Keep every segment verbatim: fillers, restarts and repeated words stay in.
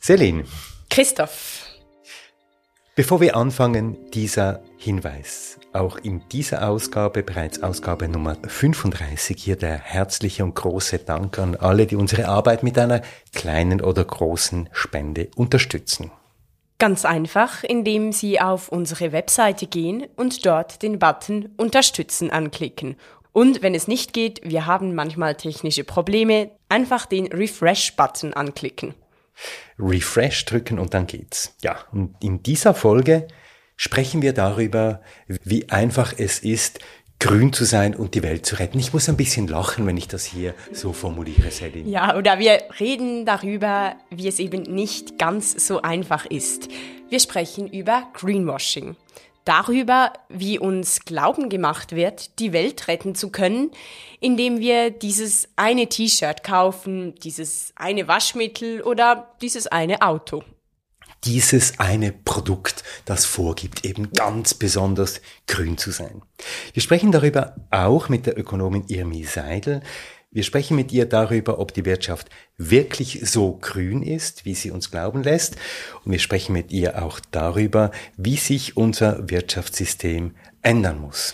Celine. Christoph. Bevor wir anfangen, dieser Hinweis. Auch in dieser Ausgabe, bereits Ausgabe Nummer fünfunddreißig, hier der herzliche und große Dank an alle, die unsere Arbeit mit einer kleinen oder großen Spende unterstützen. Ganz einfach, indem Sie auf unsere Webseite gehen und dort den Button Unterstützen anklicken. Und wenn es nicht geht, wir haben manchmal technische Probleme, einfach den Refresh-Button anklicken. Refresh drücken und dann geht's. Ja, und in dieser Folge sprechen wir darüber, wie einfach es ist, grün zu sein und die Welt zu retten. Ich muss ein bisschen lachen, wenn ich das hier so formuliere, Celine. Ja, oder wir reden darüber, wie es eben nicht ganz so einfach ist. Wir sprechen über Greenwashing. Darüber, wie uns Glauben gemacht wird, die Welt retten zu können, indem wir dieses eine T-Shirt kaufen, dieses eine Waschmittel oder dieses eine Auto. Dieses eine Produkt, das vorgibt, eben ganz besonders grün zu sein. Wir sprechen darüber auch mit der Ökonomin Irmi Seidel. Wir sprechen mit ihr darüber, ob die Wirtschaft wirklich so grün ist, wie sie uns glauben lässt. Und wir sprechen mit ihr auch darüber, wie sich unser Wirtschaftssystem ändern muss.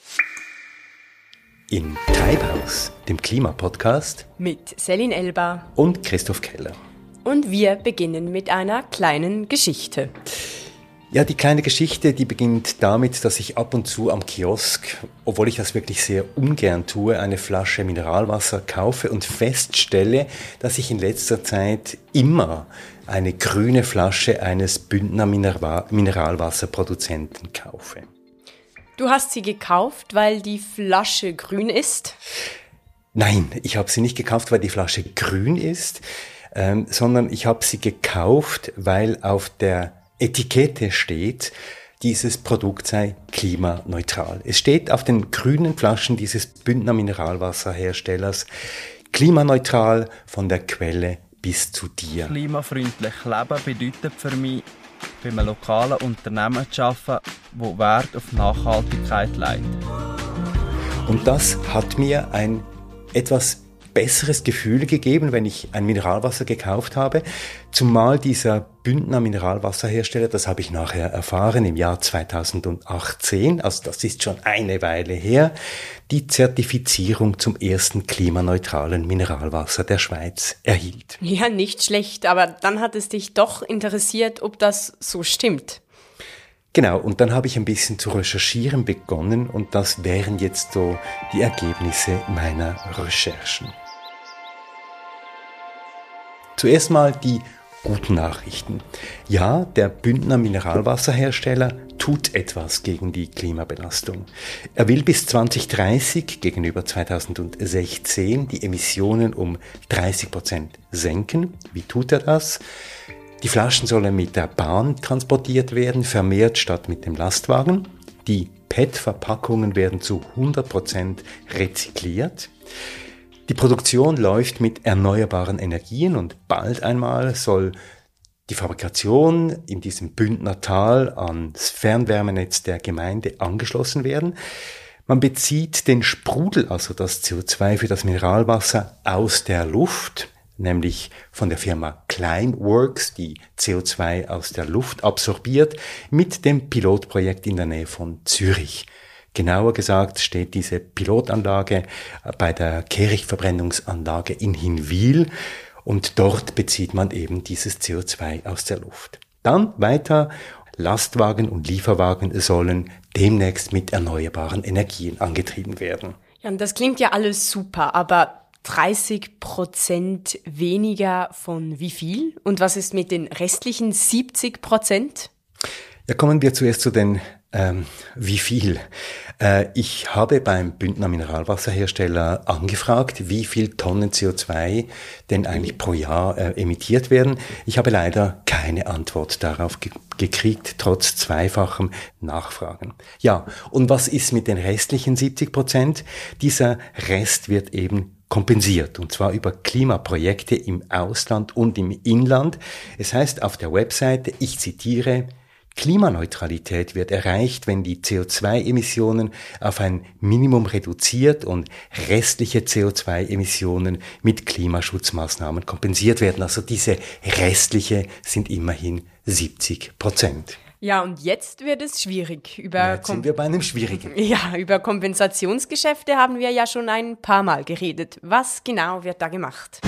In Treibhaus, dem Klimapodcast, mit Celine Elba und Christoph Keller. Und wir beginnen mit einer kleinen Geschichte. Ja, die kleine Geschichte, die beginnt damit, dass ich ab und zu am Kiosk, obwohl ich das wirklich sehr ungern tue, eine Flasche Mineralwasser kaufe und feststelle, dass ich in letzter Zeit immer eine grüne Flasche eines Bündner Mineralwasserproduzenten kaufe. Du hast sie gekauft, weil die Flasche grün ist? Nein, ich habe sie nicht gekauft, weil die Flasche grün ist, ähm, sondern ich habe sie gekauft, weil auf der Etikette steht, dieses Produkt sei klimaneutral. Es steht auf den grünen Flaschen dieses Bündner Mineralwasserherstellers klimaneutral von der Quelle bis zu dir. Klimafreundlich leben bedeutet für mich, bei einem lokalen Unternehmen zu arbeiten, das Wert auf Nachhaltigkeit legt. Und das hat mir ein etwas besseres Gefühl gegeben, wenn ich ein Mineralwasser gekauft habe, zumal dieser Bündner Mineralwasserhersteller, das habe ich nachher erfahren, im Jahr zweitausendachtzehn, also das ist schon eine Weile her, die Zertifizierung zum ersten klimaneutralen Mineralwasser der Schweiz erhielt. Ja, nicht schlecht, aber dann hat es dich doch interessiert, ob das so stimmt. Genau, und dann habe ich ein bisschen zu recherchieren begonnen und das wären jetzt so die Ergebnisse meiner Recherchen. Zuerst mal die guten Nachrichten. Ja, der Bündner Mineralwasserhersteller tut etwas gegen die Klimabelastung. Er will bis zwanzig dreißig gegenüber zweitausendsechzehn die Emissionen um dreißig Prozent senken. Wie tut er das? Die Flaschen sollen mit der Bahn transportiert werden, vermehrt statt mit dem Lastwagen. Die P E T-Verpackungen werden zu hundert Prozent rezykliert. Die Produktion läuft mit erneuerbaren Energien und bald einmal soll die Fabrikation in diesem Bündner Tal ans Fernwärmenetz der Gemeinde angeschlossen werden. Man bezieht den Sprudel, also das C O zwei für das Mineralwasser, aus der Luft, nämlich von der Firma Climeworks, die C O zwei aus der Luft absorbiert, mit dem Pilotprojekt in der Nähe von Zürich. Genauer gesagt steht diese Pilotanlage bei der Kehrichtverbrennungsanlage in Hinwil und dort bezieht man eben dieses C O zwei aus der Luft. Dann weiter, Lastwagen und Lieferwagen sollen demnächst mit erneuerbaren Energien angetrieben werden. Ja, und das klingt ja alles super, aber dreißig Prozent weniger von wie viel? Und was ist mit den restlichen siebzig Prozent? Ja, kommen wir zuerst zu den ähm, wie viel. Äh, ich habe beim Bündner Mineralwasserhersteller angefragt, wie viel Tonnen C O zwei denn eigentlich pro Jahr äh, emittiert werden. Ich habe leider keine Antwort darauf ge- gekriegt, trotz zweifachem Nachfragen. Ja, und was ist mit den restlichen siebzig Prozent? Dieser Rest wird eben kompensiert, und zwar über Klimaprojekte im Ausland und im Inland. Es heißt auf der Webseite, ich zitiere, Klimaneutralität wird erreicht, wenn die C O zwei Emissionen auf ein Minimum reduziert und restliche C O zwei Emissionen mit Klimaschutzmaßnahmen kompensiert werden. Also diese restliche sind immerhin siebzig Prozent. Ja, und jetzt wird es schwierig. Über Jetzt sind wir bei einem schwierigen. Ja, über Kompensationsgeschäfte haben wir ja schon ein paar Mal geredet. Was genau wird da gemacht?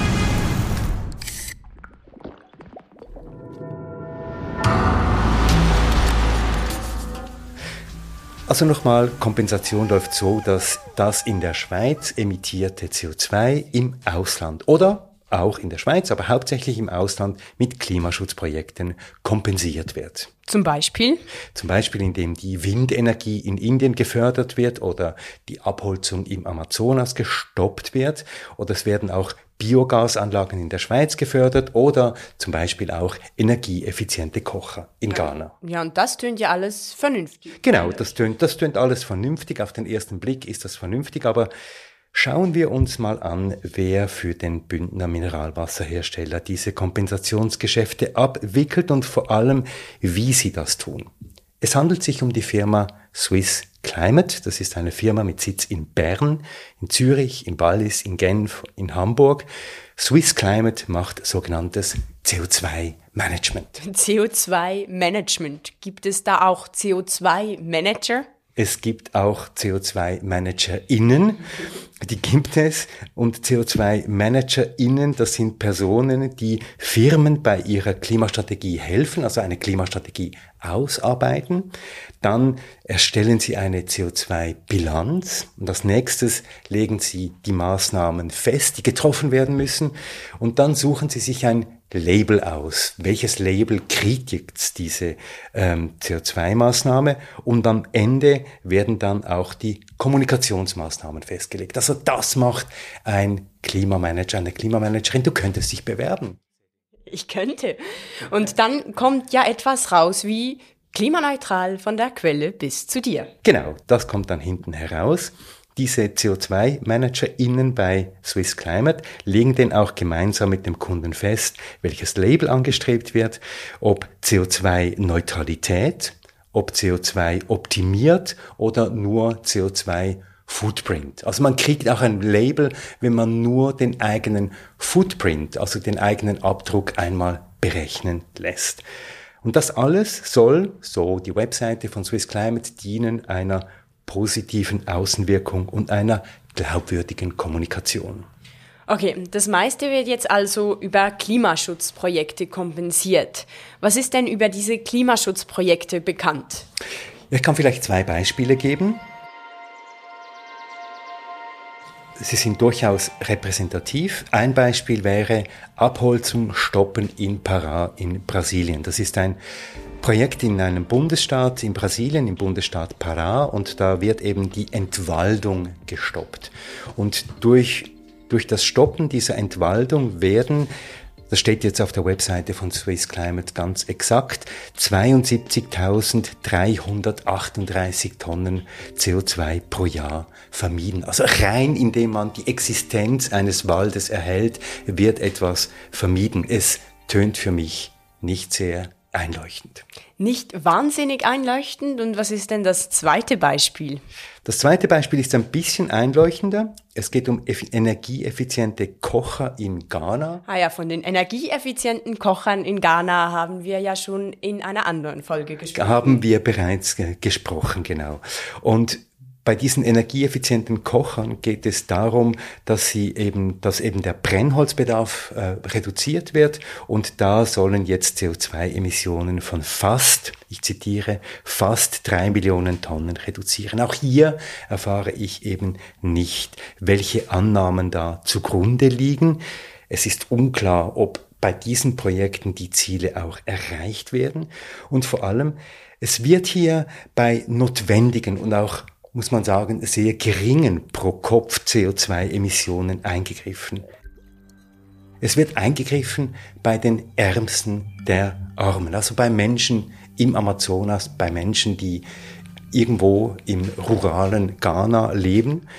Also nochmal, Kompensation läuft so, dass das in der Schweiz emittierte C O zwei im Ausland oder auch in der Schweiz, aber hauptsächlich im Ausland mit Klimaschutzprojekten kompensiert wird. Zum Beispiel? Zum Beispiel, indem die Windenergie in Indien gefördert wird oder die Abholzung im Amazonas gestoppt wird, oder es werden auch Biogasanlagen in der Schweiz gefördert oder zum Beispiel auch energieeffiziente Kocher in Ghana. Ja, und das tönt ja alles vernünftig. Genau, das tönt, das tönt alles vernünftig. Auf den ersten Blick ist das vernünftig, aber schauen wir uns mal an, wer für den Bündner Mineralwasserhersteller diese Kompensationsgeschäfte abwickelt und vor allem, wie sie das tun. Es handelt sich um die Firma Swiss Climate. Das ist eine Firma mit Sitz in Bern, in Zürich, in Wallis, in Genf, in Hamburg. Swiss Climate macht sogenanntes C O zwei Management. C O zwei Management. Gibt es da auch C O zwei Manager? Es gibt auch C O zwei ManagerInnen, die gibt es. Und C O zwei ManagerInnen, das sind Personen, die Firmen bei ihrer Klimastrategie helfen, also eine Klimastrategie ausarbeiten. Dann erstellen sie eine C O zwei Bilanz und als nächstes legen sie die Maßnahmen fest, die getroffen werden müssen. Und dann suchen sie sich ein Label aus. Welches Label kriegt jetzt diese ähm, C O zwei Maßnahme? Und am Ende werden dann auch die Kommunikationsmaßnahmen festgelegt. Also das macht ein Klimamanager, eine Klimamanagerin. Du könntest dich bewerben. Ich könnte. Und dann kommt ja etwas raus wie klimaneutral von der Quelle bis zu dir. Genau, das kommt dann hinten heraus. Diese C O zwei ManagerInnen bei Swiss Climate legen dann auch gemeinsam mit dem Kunden fest, welches Label angestrebt wird, ob C O zwei Neutralität, ob C O zwei optimiert oder nur C O zwei Footprint. Also man kriegt auch ein Label, wenn man nur den eigenen Footprint, also den eigenen Abdruck einmal berechnen lässt. Und das alles soll, so die Webseite von Swiss Climate, dienen einer positiven Außenwirkung und einer glaubwürdigen Kommunikation. Okay, das meiste wird jetzt also über Klimaschutzprojekte kompensiert. Was ist denn über diese Klimaschutzprojekte bekannt? Ich kann vielleicht zwei Beispiele geben. Sie sind durchaus repräsentativ. Ein Beispiel wäre Abholzung stoppen in Pará in Brasilien. Das ist ein Projekt in einem Bundesstaat in Brasilien, im Bundesstaat Pará, und da wird eben die Entwaldung gestoppt. Und durch, durch das Stoppen dieser Entwaldung werden, das steht jetzt auf der Webseite von Swiss Climate ganz exakt, zweiundsiebzigtausenddreihundertachtunddreißig Tonnen C O zwei pro Jahr vermieden. Also rein indem man die Existenz eines Waldes erhält, wird etwas vermieden. Es tönt für mich nicht sehr einleuchtend. Nicht wahnsinnig einleuchtend. Und was ist denn das zweite Beispiel? Das zweite Beispiel ist ein bisschen einleuchtender. Es geht um energieeffiziente Kocher in Ghana. Ah ja, von den energieeffizienten Kochern in Ghana haben wir ja schon in einer anderen Folge gesprochen. Haben wir bereits äh, gesprochen, genau. Und bei diesen energieeffizienten Kochern geht es darum, dass sie eben, dass eben der Brennholzbedarf äh, reduziert wird, und da sollen jetzt C O zwei Emissionen von fast, ich zitiere, fast drei Millionen Tonnen reduzieren. Auch hier erfahre ich eben nicht, welche Annahmen da zugrunde liegen. Es ist unklar, ob bei diesen Projekten die Ziele auch erreicht werden, und vor allem, es wird hier bei notwendigen und auch, muss man sagen, sehr geringen Pro-Kopf-C O zwei Emissionen eingegriffen. Es wird eingegriffen bei den Ärmsten der Armen, also bei Menschen im Amazonas, bei Menschen, die irgendwo im ruralen Ghana leben.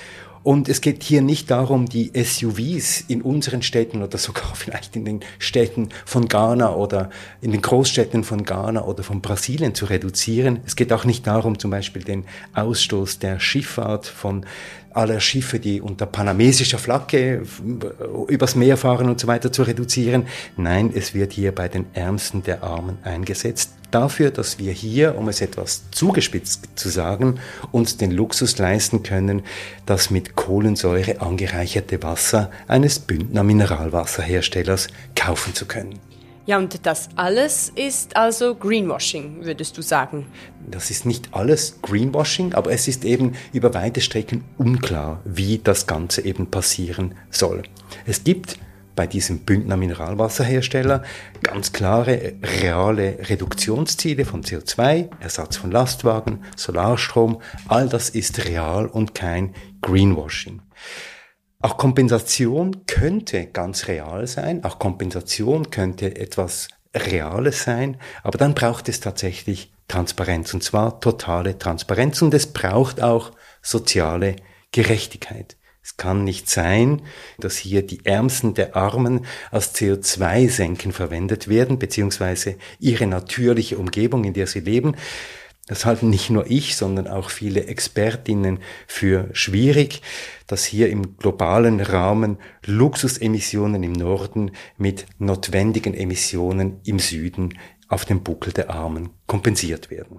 Und es geht hier nicht darum, die S U Vs in unseren Städten oder sogar vielleicht in den Städten von Ghana oder in den Großstädten von Ghana oder von Brasilien zu reduzieren. Es geht auch nicht darum, zum Beispiel den Ausstoß der Schifffahrt von aller Schiffe, die unter panamesischer Flagge übers Meer fahren und so weiter, zu reduzieren. Nein, es wird hier bei den Ärmsten der Armen eingesetzt. Dafür, dass wir hier, um es etwas zugespitzt zu sagen, uns den Luxus leisten können, das mit Kohlensäure angereicherte Wasser eines Bündner Mineralwasserherstellers kaufen zu können. Ja, und das alles ist also Greenwashing, würdest du sagen? Das ist nicht alles Greenwashing, aber es ist eben über weite Strecken unklar, wie das Ganze eben passieren soll. Es gibt bei diesem Bündner Mineralwasserhersteller ganz klare, reale Reduktionsziele von C O zwei, Ersatz von Lastwagen, Solarstrom. All das ist real und kein Greenwashing. Auch Kompensation könnte ganz real sein, auch Kompensation könnte etwas Reales sein, aber dann braucht es tatsächlich Transparenz, und zwar totale Transparenz, und es braucht auch soziale Gerechtigkeit. Es kann nicht sein, dass hier die Ärmsten der Armen als C O zwei Senken verwendet werden, beziehungsweise ihre natürliche Umgebung, in der sie leben. Das halten nicht nur ich, sondern auch viele Expertinnen für schwierig, dass hier im globalen Rahmen Luxusemissionen im Norden mit notwendigen Emissionen im Süden auf dem Buckel der Armen kompensiert werden.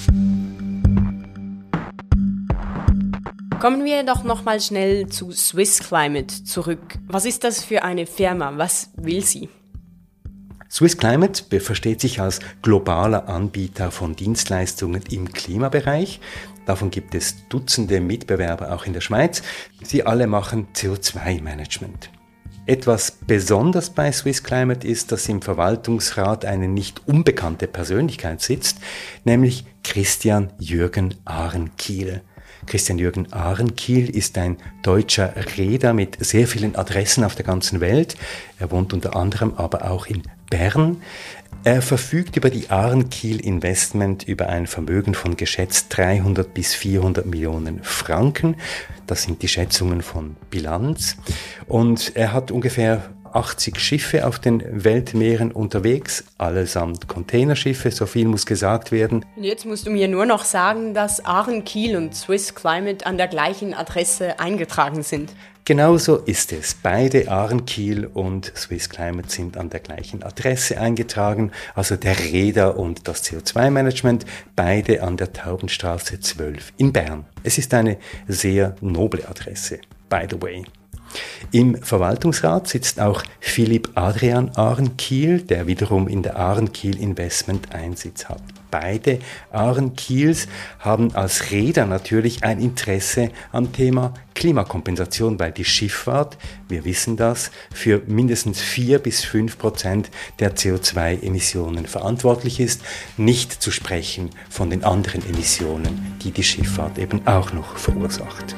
Kommen wir doch noch mal schnell zu Swiss Climate zurück. Was ist das für eine Firma? Was will sie? Swiss Climate versteht sich als globaler Anbieter von Dienstleistungen im Klimabereich. Davon gibt es Dutzende Mitbewerber auch in der Schweiz. Sie alle machen C O zwei Management. Etwas besonders bei Swiss Climate ist, dass im Verwaltungsrat eine nicht unbekannte Persönlichkeit sitzt, nämlich Christian Jürgen Ahrenkiel. Christian Jürgen Ahrenkiel ist ein deutscher Reeder mit sehr vielen Adressen auf der ganzen Welt. Er wohnt unter anderem aber auch in Bern. Er verfügt über die Ahrenkiel Investment über ein Vermögen von geschätzt dreihundert bis vierhundert Millionen Franken. Das sind die Schätzungen von Bilanz. Und er hat ungefähr achtzig Schiffe auf den Weltmeeren unterwegs, allesamt Containerschiffe, so viel muss gesagt werden. Und jetzt musst du mir nur noch sagen, dass Ahrenkiel und Swiss Climate an der gleichen Adresse eingetragen sind. Genauso ist es. Beide Ahrenkiel und Swiss Climate sind an der gleichen Adresse eingetragen, also der Reeder und das C O zwei Management, beide an der Taubenstraße zwölf in Bern. Es ist eine sehr noble Adresse, by the way. Im Verwaltungsrat sitzt auch Philipp Adrian Ahrenkiel, der wiederum in der Ahrenkiel Investment einen Sitz hat. Beide Ahrenkiels haben als Reeder natürlich ein Interesse am Thema Klimakompensation, weil die Schifffahrt, wir wissen das, für mindestens vier bis fünf Prozent der C O zwei Emissionen verantwortlich ist, nicht zu sprechen von den anderen Emissionen, die die Schifffahrt eben auch noch verursacht.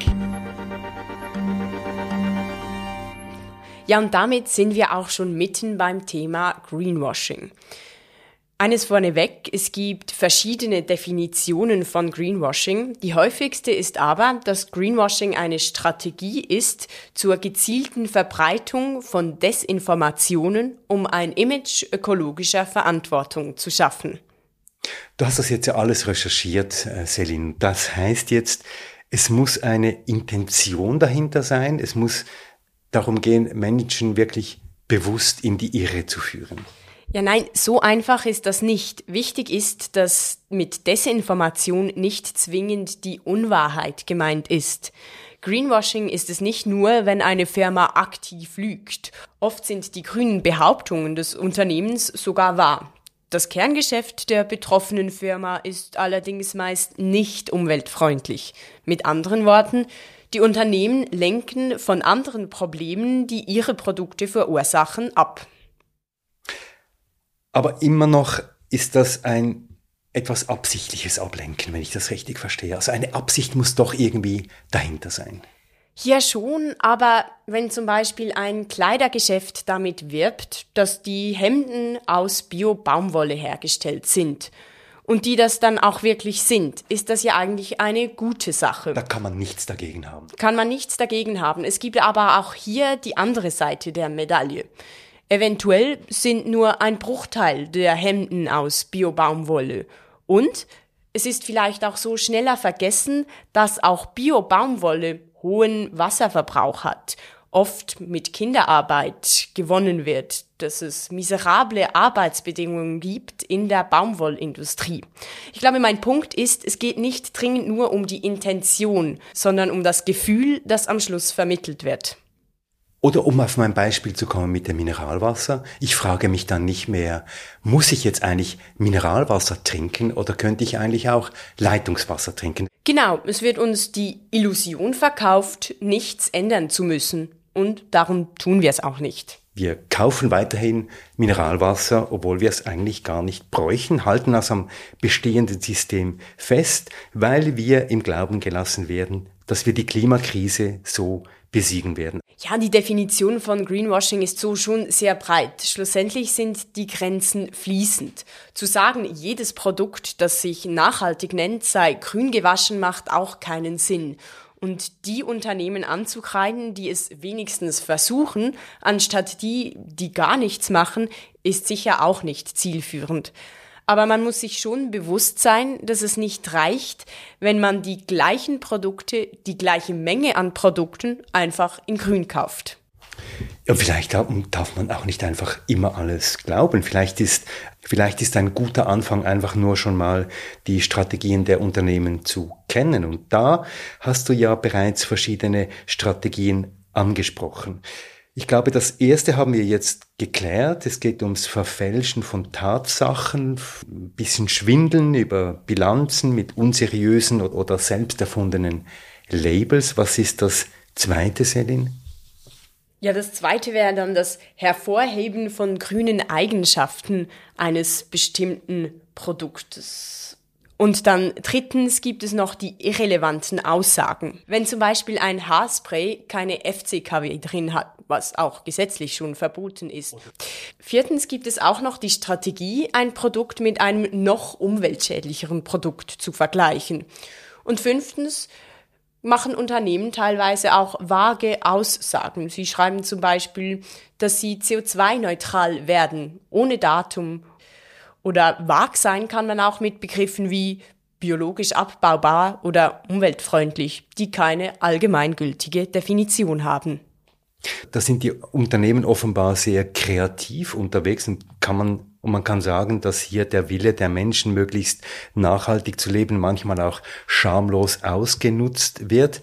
Ja, und damit sind wir auch schon mitten beim Thema Greenwashing. Eines vorneweg, es gibt verschiedene Definitionen von Greenwashing. Die häufigste ist aber, dass Greenwashing eine Strategie ist zur gezielten Verbreitung von Desinformationen, um ein Image ökologischer Verantwortung zu schaffen. Du hast das jetzt ja alles recherchiert, Céline. Das heißt jetzt, es muss eine Intention dahinter sein, es muss darum gehen, Menschen wirklich bewusst in die Irre zu führen. Ja, nein, so einfach ist das nicht. Wichtig ist, dass mit Desinformation nicht zwingend die Unwahrheit gemeint ist. Greenwashing ist es nicht nur, wenn eine Firma aktiv lügt. Oft sind die grünen Behauptungen des Unternehmens sogar wahr. Das Kerngeschäft der betroffenen Firma ist allerdings meist nicht umweltfreundlich. Mit anderen Worten, die Unternehmen lenken von anderen Problemen, die ihre Produkte verursachen, ab. Aber immer noch ist das ein etwas absichtliches Ablenken, wenn ich das richtig verstehe. Also eine Absicht muss doch irgendwie dahinter sein. Ja schon, aber wenn zum Beispiel ein Kleidergeschäft damit wirbt, dass die Hemden aus Bio-Baumwolle hergestellt sind und die das dann auch wirklich sind, ist das ja eigentlich eine gute Sache. Da kann man nichts dagegen haben. Kann man nichts dagegen haben. Es gibt aber auch hier die andere Seite der Medaille. Eventuell sind nur ein Bruchteil der Hemden aus Bio-Baumwolle. Und es ist vielleicht auch so schneller vergessen, dass auch Bio-Baumwolle hohen Wasserverbrauch hat, oft mit Kinderarbeit gewonnen wird, dass es miserable Arbeitsbedingungen gibt in der Baumwollindustrie. Ich glaube, mein Punkt ist, es geht nicht dringend nur um die Intention, sondern um das Gefühl, das am Schluss vermittelt wird. Oder um auf mein Beispiel zu kommen mit dem Mineralwasser, ich frage mich dann nicht mehr, muss ich jetzt eigentlich Mineralwasser trinken oder könnte ich eigentlich auch Leitungswasser trinken? Genau, es wird uns die Illusion verkauft, nichts ändern zu müssen. Und darum tun wir es auch nicht. Wir kaufen weiterhin Mineralwasser, obwohl wir es eigentlich gar nicht bräuchten, halten das am bestehenden System fest, weil wir im Glauben gelassen werden, dass wir die Klimakrise so besiegen werden. Ja, die Definition von Greenwashing ist so schon sehr breit. Schlussendlich sind die Grenzen fließend. Zu sagen, jedes Produkt, das sich nachhaltig nennt, sei grün gewaschen, macht auch keinen Sinn. Und die Unternehmen anzukreiden, die es wenigstens versuchen, anstatt die, die gar nichts machen, ist sicher auch nicht zielführend. Aber man muss sich schon bewusst sein, dass es nicht reicht, wenn man die gleichen Produkte, die gleiche Menge an Produkten einfach in grün kauft. Ja, vielleicht darf man auch nicht einfach immer alles glauben. Vielleicht ist, vielleicht ist ein guter Anfang einfach nur schon mal die Strategien der Unternehmen zu kennen. Und da hast du ja bereits verschiedene Strategien angesprochen. Ich glaube, das erste haben wir jetzt geklärt. Es geht ums Verfälschen von Tatsachen, ein bisschen Schwindeln über Bilanzen mit unseriösen oder selbst erfundenen Labels. Was ist das zweite, Selin? Ja, das zweite wäre dann das Hervorheben von grünen Eigenschaften eines bestimmten Produktes. Und dann drittens gibt es noch die irrelevanten Aussagen. Wenn zum Beispiel ein Haarspray keine F C K W drin hat, was auch gesetzlich schon verboten ist. Viertens gibt es auch noch die Strategie, ein Produkt mit einem noch umweltschädlicheren Produkt zu vergleichen. Und fünftens machen Unternehmen teilweise auch vage Aussagen. Sie schreiben zum Beispiel, dass sie C O zwei neutral werden, ohne Datum. Oder vag sein kann man auch mit Begriffen wie biologisch abbaubar oder umweltfreundlich, die keine allgemeingültige Definition haben. Da sind die Unternehmen offenbar sehr kreativ unterwegs und kann man und man kann sagen, dass hier der Wille der Menschen, möglichst nachhaltig zu leben, manchmal auch schamlos ausgenutzt wird.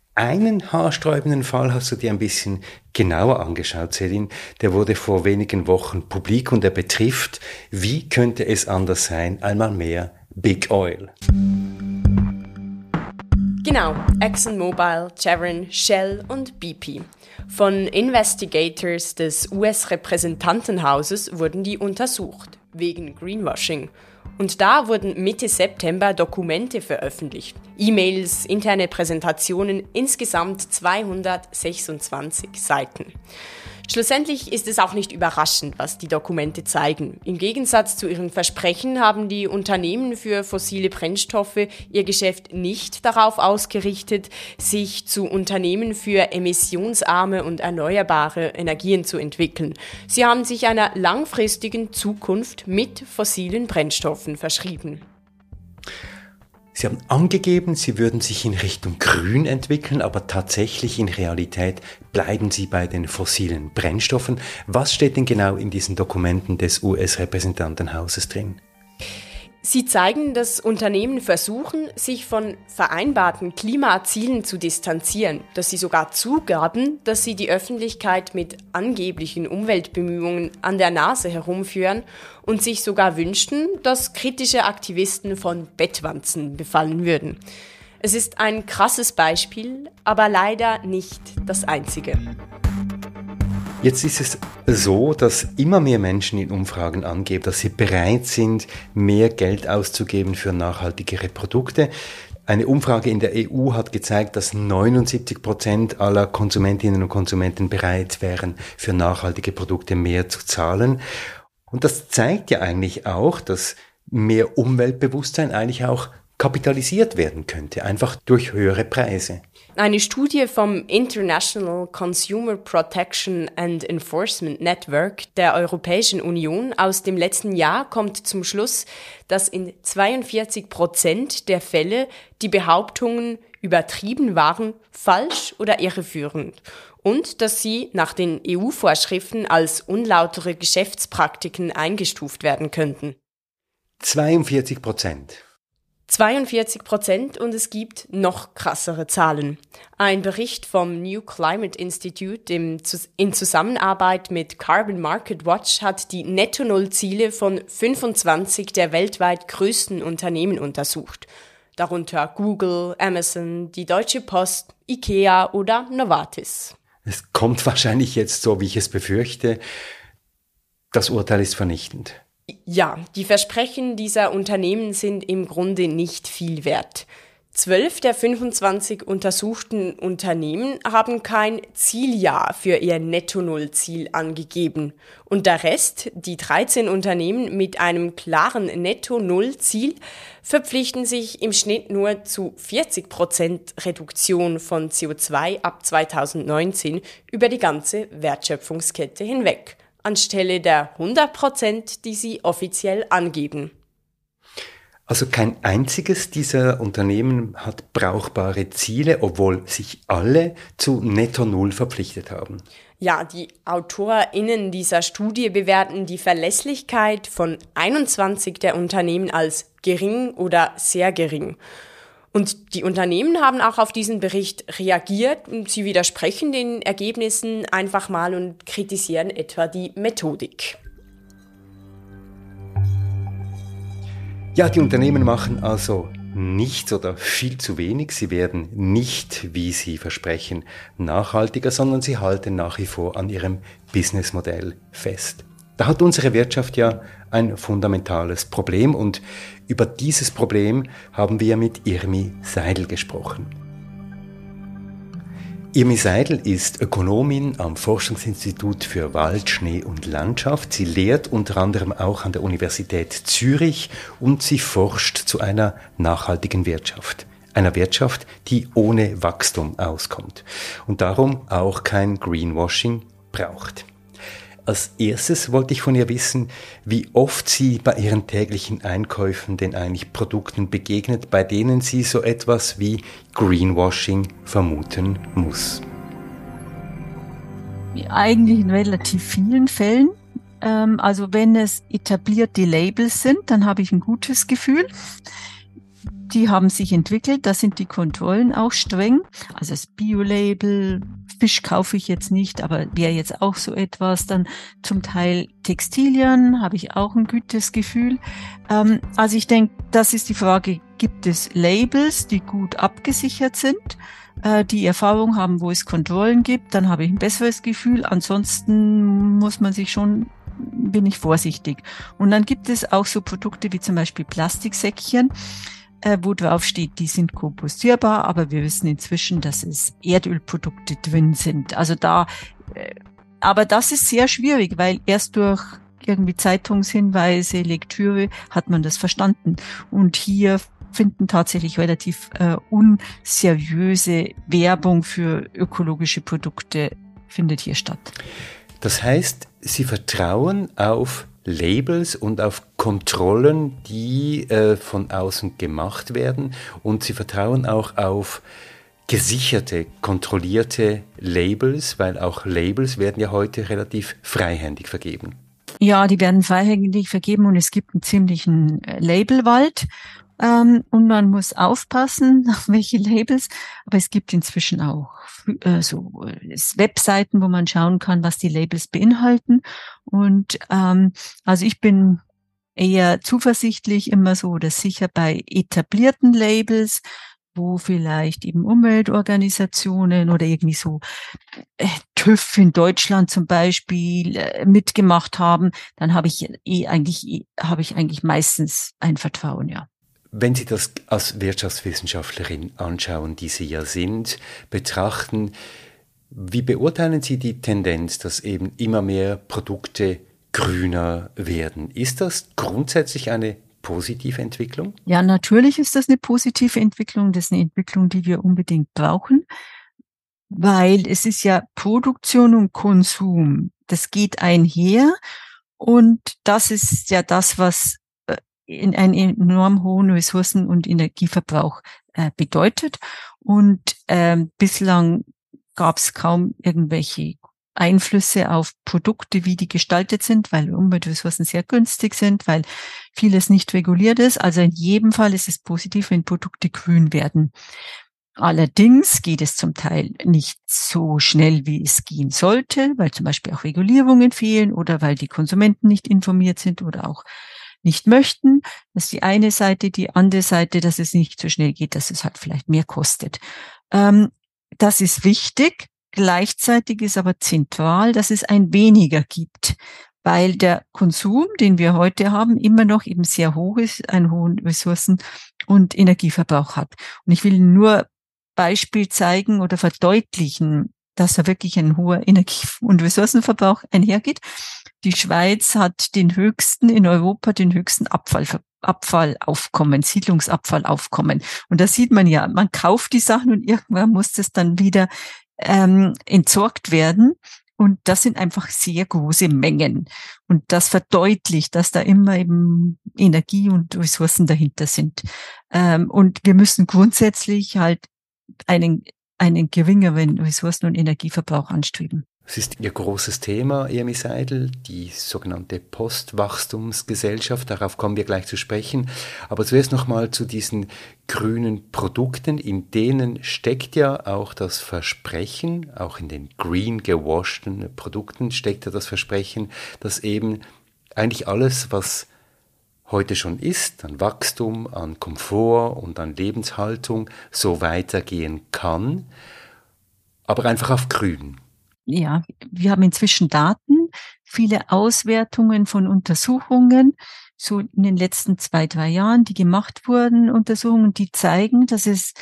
Einen haarsträubenden Fall hast du dir ein bisschen genauer angeschaut, Selin. Der wurde vor wenigen Wochen publik und er betrifft, wie könnte es anders sein, einmal mehr Big Oil. Genau, ExxonMobil, Chevron, Shell und B P. Von Investigators des U S-Repräsentantenhauses wurden die untersucht, wegen Greenwashing. Und da wurden Mitte September Dokumente veröffentlicht, E-Mails, interne Präsentationen, insgesamt zweihundertsechsundzwanzig Seiten. Schlussendlich ist es auch nicht überraschend, was die Dokumente zeigen. Im Gegensatz zu ihren Versprechen haben die Unternehmen für fossile Brennstoffe ihr Geschäft nicht darauf ausgerichtet, sich zu Unternehmen für emissionsarme und erneuerbare Energien zu entwickeln. Sie haben sich einer langfristigen Zukunft mit fossilen Brennstoffen verschrieben. Sie haben angegeben, Sie würden sich in Richtung Grün entwickeln, aber tatsächlich in Realität bleiben Sie bei den fossilen Brennstoffen. Was steht denn genau in diesen Dokumenten des U S-Repräsentantenhauses drin? Sie zeigen, dass Unternehmen versuchen, sich von vereinbarten Klimazielen zu distanzieren, dass sie sogar zugaben, dass sie die Öffentlichkeit mit angeblichen Umweltbemühungen an der Nase herumführen und sich sogar wünschten, dass kritische Aktivisten von Bettwanzen befallen würden. Es ist ein krasses Beispiel, aber leider nicht das einzige. Jetzt ist es so, dass immer mehr Menschen in Umfragen angeben, dass sie bereit sind, mehr Geld auszugeben für nachhaltigere Produkte. Eine Umfrage in der E U hat gezeigt, dass neunundsiebzig Prozent aller Konsumentinnen und Konsumenten bereit wären, für nachhaltige Produkte mehr zu zahlen. Und das zeigt ja eigentlich auch, dass mehr Umweltbewusstsein eigentlich auch kapitalisiert werden könnte, einfach durch höhere Preise. Eine Studie vom International Consumer Protection and Enforcement Network der Europäischen Union aus dem letzten Jahr kommt zum Schluss, dass in zweiundvierzig Prozent der Fälle die Behauptungen übertrieben waren, falsch oder irreführend und dass sie nach den E U-Vorschriften als unlautere Geschäftspraktiken eingestuft werden könnten. zweiundvierzig Prozent. zweiundvierzig Prozent und es gibt noch krassere Zahlen. Ein Bericht vom New Climate Institute im, in Zusammenarbeit mit Carbon Market Watch hat die Netto-Null-Ziele von fünfundzwanzig der weltweit größten Unternehmen untersucht. Darunter Google, Amazon, die Deutsche Post, IKEA oder Novartis. Es kommt wahrscheinlich jetzt so, wie ich es befürchte. Das Urteil ist vernichtend. Ja, die Versprechen dieser Unternehmen sind im Grunde nicht viel wert. Zwölf der fünfundzwanzig untersuchten Unternehmen haben kein Zieljahr für ihr Netto-Null-Ziel angegeben. Und der Rest, die dreizehn Unternehmen mit einem klaren Netto-Null-Ziel, verpflichten sich im Schnitt nur zu vierzig Prozent Reduktion von C O zwei ab zweitausendneunzehn über die ganze Wertschöpfungskette hinweg, anstelle der hundert Prozent, die sie offiziell angeben. Also kein einziges dieser Unternehmen hat brauchbare Ziele, obwohl sich alle zu Netto Null verpflichtet haben. Ja, die AutorInnen dieser Studie bewerten die Verlässlichkeit von einundzwanzig der Unternehmen als gering oder sehr gering. Und die Unternehmen haben auch auf diesen Bericht reagiert und sie widersprechen den Ergebnissen einfach mal und kritisieren etwa die Methodik. Ja, die Unternehmen machen also nichts oder viel zu wenig. Sie werden nicht, wie sie versprechen, nachhaltiger, sondern sie halten nach wie vor an ihrem Businessmodell fest. Da hat unsere Wirtschaft ja ein fundamentales Problem und über dieses Problem haben wir mit Irmi Seidel gesprochen. Irmi Seidel ist Ökonomin am Forschungsinstitut für Wald, Schnee und Landschaft. Sie lehrt unter anderem auch an der Universität Zürich und sie forscht zu einer nachhaltigen Wirtschaft. Einer Wirtschaft, die ohne Wachstum auskommt und darum auch kein Greenwashing braucht. Als erstes wollte ich von ihr wissen, wie oft sie bei ihren täglichen Einkäufen den eigentlich Produkten begegnet, bei denen sie so etwas wie Greenwashing vermuten muss. Eigentlich in relativ vielen Fällen. Also wenn es etablierte Labels sind, dann habe ich ein gutes Gefühl. Die haben sich entwickelt, da sind die Kontrollen auch streng. Also das Bio-Label, Fisch kaufe ich jetzt nicht, aber wäre jetzt auch so etwas. Dann zum Teil Textilien, habe ich auch ein gutes Gefühl. Ähm, also ich denke, das ist die Frage, gibt es Labels, die gut abgesichert sind, äh, die Erfahrung haben, wo es Kontrollen gibt, dann habe ich ein besseres Gefühl. Ansonsten muss man sich schon, bin ich vorsichtig. Und dann gibt es auch so Produkte wie zum Beispiel Plastiksäckchen, Äh, wo drauf steht, die sind kompostierbar, aber wir wissen inzwischen, dass es Erdölprodukte drin sind. Also da, äh, aber das ist sehr schwierig, weil erst durch irgendwie Zeitungshinweise, Lektüre hat man das verstanden. Und hier finden tatsächlich relativ äh, unseriöse Werbung für ökologische Produkte findet hier statt. Das heißt, Sie vertrauen auf Labels und auf Kontrollen, die äh, von außen gemacht werden und sie vertrauen auch auf gesicherte, kontrollierte Labels, weil auch Labels werden ja heute relativ freihändig vergeben. Ja, die werden freihändig vergeben und es gibt einen ziemlichen Labelwald ähm, und man muss aufpassen, auf welche Labels, aber es gibt inzwischen auch äh, so Webseiten, wo man schauen kann, was die Labels beinhalten. Und ähm, also ich bin eher zuversichtlich immer so oder sicher bei etablierten Labels, wo vielleicht eben Umweltorganisationen oder irgendwie so äh, TÜV in Deutschland zum Beispiel äh, mitgemacht haben, dann habe ich eh eigentlich eh, habe ich eigentlich meistens ein Vertrauen, ja. Wenn Sie das als Wirtschaftswissenschaftlerin anschauen, die Sie ja sind, betrachten, wie beurteilen Sie die Tendenz, dass eben immer mehr Produkte grüner werden? Ist das grundsätzlich eine positive Entwicklung? Ja, natürlich ist das eine positive Entwicklung. Das ist eine Entwicklung, die wir unbedingt brauchen, weil es ist ja Produktion und Konsum. Das geht einher und das ist ja das, was äh, in einen enorm hohen Ressourcen- und Energieverbrauch äh, bedeutet. Und ähm, bislang gab es kaum irgendwelche Einflüsse auf Produkte, wie die gestaltet sind, weil Umweltressourcen sehr günstig sind, weil vieles nicht reguliert ist. Also in jedem Fall ist es positiv, wenn Produkte grün werden. Allerdings geht es zum Teil nicht so schnell, wie es gehen sollte, weil zum Beispiel auch Regulierungen fehlen oder weil die Konsumenten nicht informiert sind oder auch nicht möchten. Das ist die eine Seite. Die andere Seite, dass es nicht so schnell geht, dass es halt vielleicht mehr kostet. Ähm, das ist wichtig. Gleichzeitig ist aber zentral, dass es ein weniger gibt, weil der Konsum, den wir heute haben, immer noch eben sehr hoch ist, einen hohen Ressourcen- und Energieverbrauch hat. Und ich will nur Beispiel zeigen oder verdeutlichen, dass da wirklich ein hoher Energie- und Ressourcenverbrauch einhergeht. Die Schweiz hat den höchsten in Europa, den höchsten Abfall, Abfallaufkommen, Siedlungsabfallaufkommen. Und da sieht man ja, man kauft die Sachen und irgendwann muss das dann wieder ähm, entsorgt werden. Und das sind einfach sehr große Mengen. Und das verdeutlicht, dass da immer eben Energie und Ressourcen dahinter sind. Ähm, und wir müssen grundsätzlich halt einen, einen geringeren Ressourcen- und Energieverbrauch anstreben. Es ist Ihr großes Thema, Irmi Seidel, die sogenannte Postwachstumsgesellschaft. Darauf kommen wir gleich zu sprechen. Aber zuerst nochmal zu diesen grünen Produkten. In denen steckt ja auch das Versprechen, auch in den green gewaschten Produkten steckt ja das Versprechen, dass eben eigentlich alles, was heute schon ist, an Wachstum, an Komfort und an Lebenshaltung, so weitergehen kann, aber einfach auf grün. Ja, wir haben inzwischen Daten, viele Auswertungen von Untersuchungen, so in den letzten zwei, drei Jahren, die gemacht wurden, Untersuchungen, die zeigen, dass es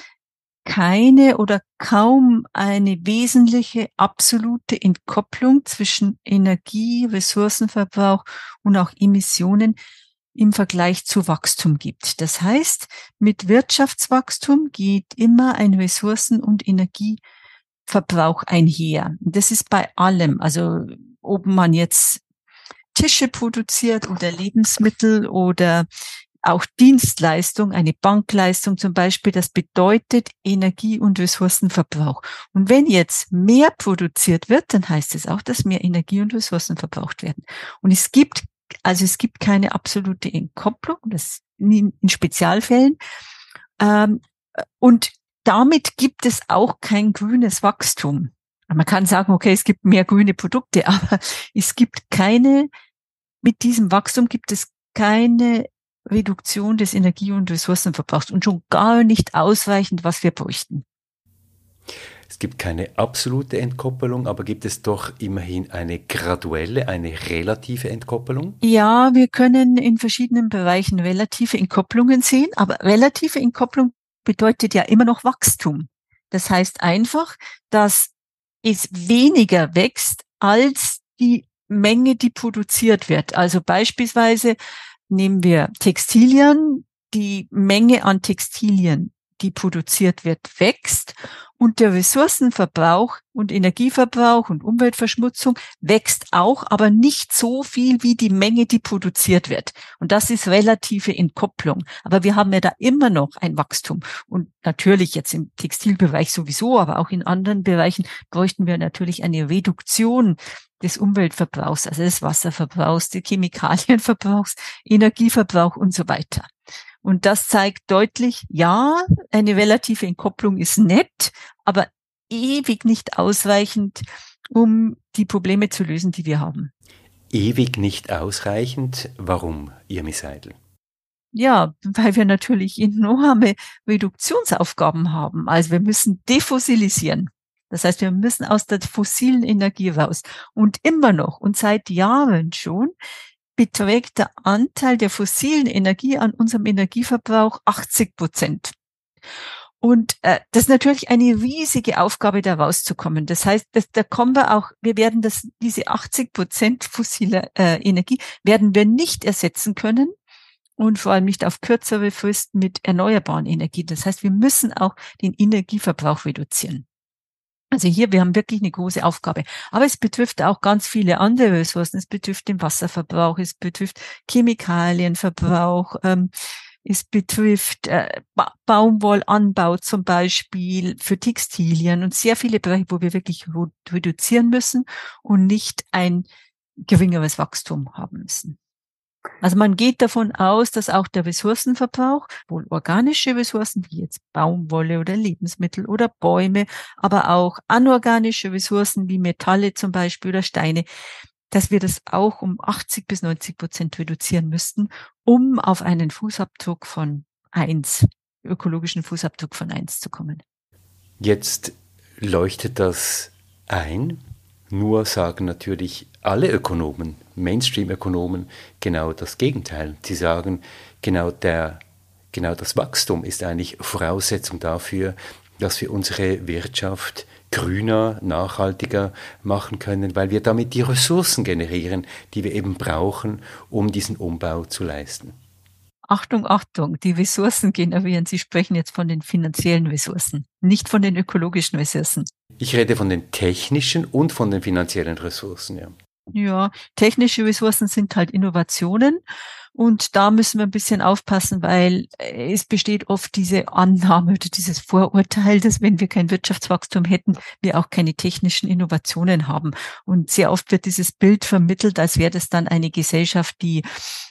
keine oder kaum eine wesentliche absolute Entkopplung zwischen Energie, Ressourcenverbrauch und auch Emissionen im Vergleich zu Wachstum gibt. Das heißt, mit Wirtschaftswachstum geht immer ein Ressourcen- und Energieverbrauch einher. Das ist bei allem, also ob man jetzt Tische produziert oder Lebensmittel oder auch Dienstleistung, eine Bankleistung zum Beispiel, das bedeutet Energie- und Ressourcenverbrauch. Und wenn jetzt mehr produziert wird, dann heißt es auch, dass mehr Energie und Ressourcen verbraucht werden. Und es gibt, also es gibt keine absolute Entkopplung, das in Spezialfällen. Und damit gibt es auch kein grünes Wachstum. Man kann sagen, okay, es gibt mehr grüne Produkte, aber es gibt keine, mit diesem Wachstum gibt es keine Reduktion des Energie- und Ressourcenverbrauchs und schon gar nicht ausreichend, was wir bräuchten. Es gibt keine absolute Entkoppelung, aber gibt es doch immerhin eine graduelle, eine relative Entkoppelung? Ja, wir können in verschiedenen Bereichen relative Entkopplungen sehen, aber relative Entkopplung bedeutet ja immer noch Wachstum. Das heißt einfach, dass es weniger wächst als die Menge, die produziert wird. Also beispielsweise nehmen wir Textilien, die Menge an Textilien, die produziert wird, wächst und der Ressourcenverbrauch und Energieverbrauch und Umweltverschmutzung wächst auch, aber nicht so viel wie die Menge, die produziert wird. Und das ist relative Entkopplung. Aber wir haben ja da immer noch ein Wachstum. Und natürlich jetzt im Textilbereich sowieso, aber auch in anderen Bereichen bräuchten wir natürlich eine Reduktion des Umweltverbrauchs, also des Wasserverbrauchs, des Chemikalienverbrauchs, Energieverbrauch und so weiter. Und das zeigt deutlich, ja, eine relative Entkopplung ist nett, aber ewig nicht ausreichend, um die Probleme zu lösen, die wir haben. Ewig nicht ausreichend? Warum, Irmi Seidel? Ja, weil wir natürlich enorme Reduktionsaufgaben haben. Also wir müssen defossilisieren. Das heißt, wir müssen aus der fossilen Energie raus. Und immer noch und seit Jahren schon beträgt der Anteil der fossilen Energie an unserem Energieverbrauch achtzig Prozent. Und äh, das ist natürlich eine riesige Aufgabe, da rauszukommen. Das heißt, das, da kommen wir auch, wir werden das, diese achtzig Prozent fossile äh, Energie werden wir nicht ersetzen können und vor allem nicht auf kürzere Frist mit erneuerbaren Energien. Das heißt, wir müssen auch den Energieverbrauch reduzieren. Also hier, wir haben wirklich eine große Aufgabe. Aber es betrifft auch ganz viele andere Ressourcen. Es betrifft den Wasserverbrauch, es betrifft Chemikalienverbrauch, ähm, es betrifft äh, ba- Baumwollanbau zum Beispiel für Textilien und sehr viele Bereiche, wo wir wirklich ru- reduzieren müssen und nicht ein geringeres Wachstum haben müssen. Also man geht davon aus, dass auch der Ressourcenverbrauch, wohl organische Ressourcen wie jetzt Baumwolle oder Lebensmittel oder Bäume, aber auch anorganische Ressourcen wie Metalle zum Beispiel oder Steine, dass wir das auch um achtzig bis neunzig Prozent reduzieren müssten, um auf einen Fußabdruck von eins, ökologischen Fußabdruck von eins zu kommen. Jetzt leuchtet das ein, nur sagen natürlich alle Ökonomen, Mainstream-Ökonomen, genau das Gegenteil. Sie sagen, genau, der, genau das Wachstum ist eigentlich Voraussetzung dafür, dass wir unsere Wirtschaft grüner, nachhaltiger machen können, weil wir damit die Ressourcen generieren, die wir eben brauchen, um diesen Umbau zu leisten. Achtung, Achtung, die Ressourcen generieren. Sie sprechen jetzt von den finanziellen Ressourcen, nicht von den ökologischen Ressourcen. Ich rede von den technischen und von den finanziellen Ressourcen, ja. Ja, technische Ressourcen sind halt Innovationen und da müssen wir ein bisschen aufpassen, weil es besteht oft diese Annahme oder dieses Vorurteil, dass wenn wir kein Wirtschaftswachstum hätten, wir auch keine technischen Innovationen haben. Und sehr oft wird dieses Bild vermittelt, als wäre das dann eine Gesellschaft, die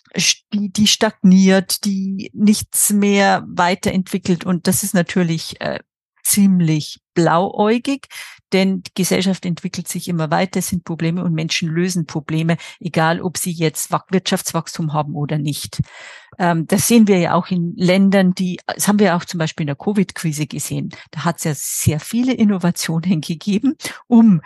die, die stagniert, die nichts mehr weiterentwickelt. Und das ist natürlich äh, ziemlich blauäugig, denn die Gesellschaft entwickelt sich immer weiter, es sind Probleme und Menschen lösen Probleme, egal ob sie jetzt Wirtschaftswachstum haben oder nicht. Ähm, das sehen wir ja auch in Ländern, die, das haben wir auch zum Beispiel in der Covid-Krise gesehen. Da hat es ja sehr viele Innovationen gegeben, um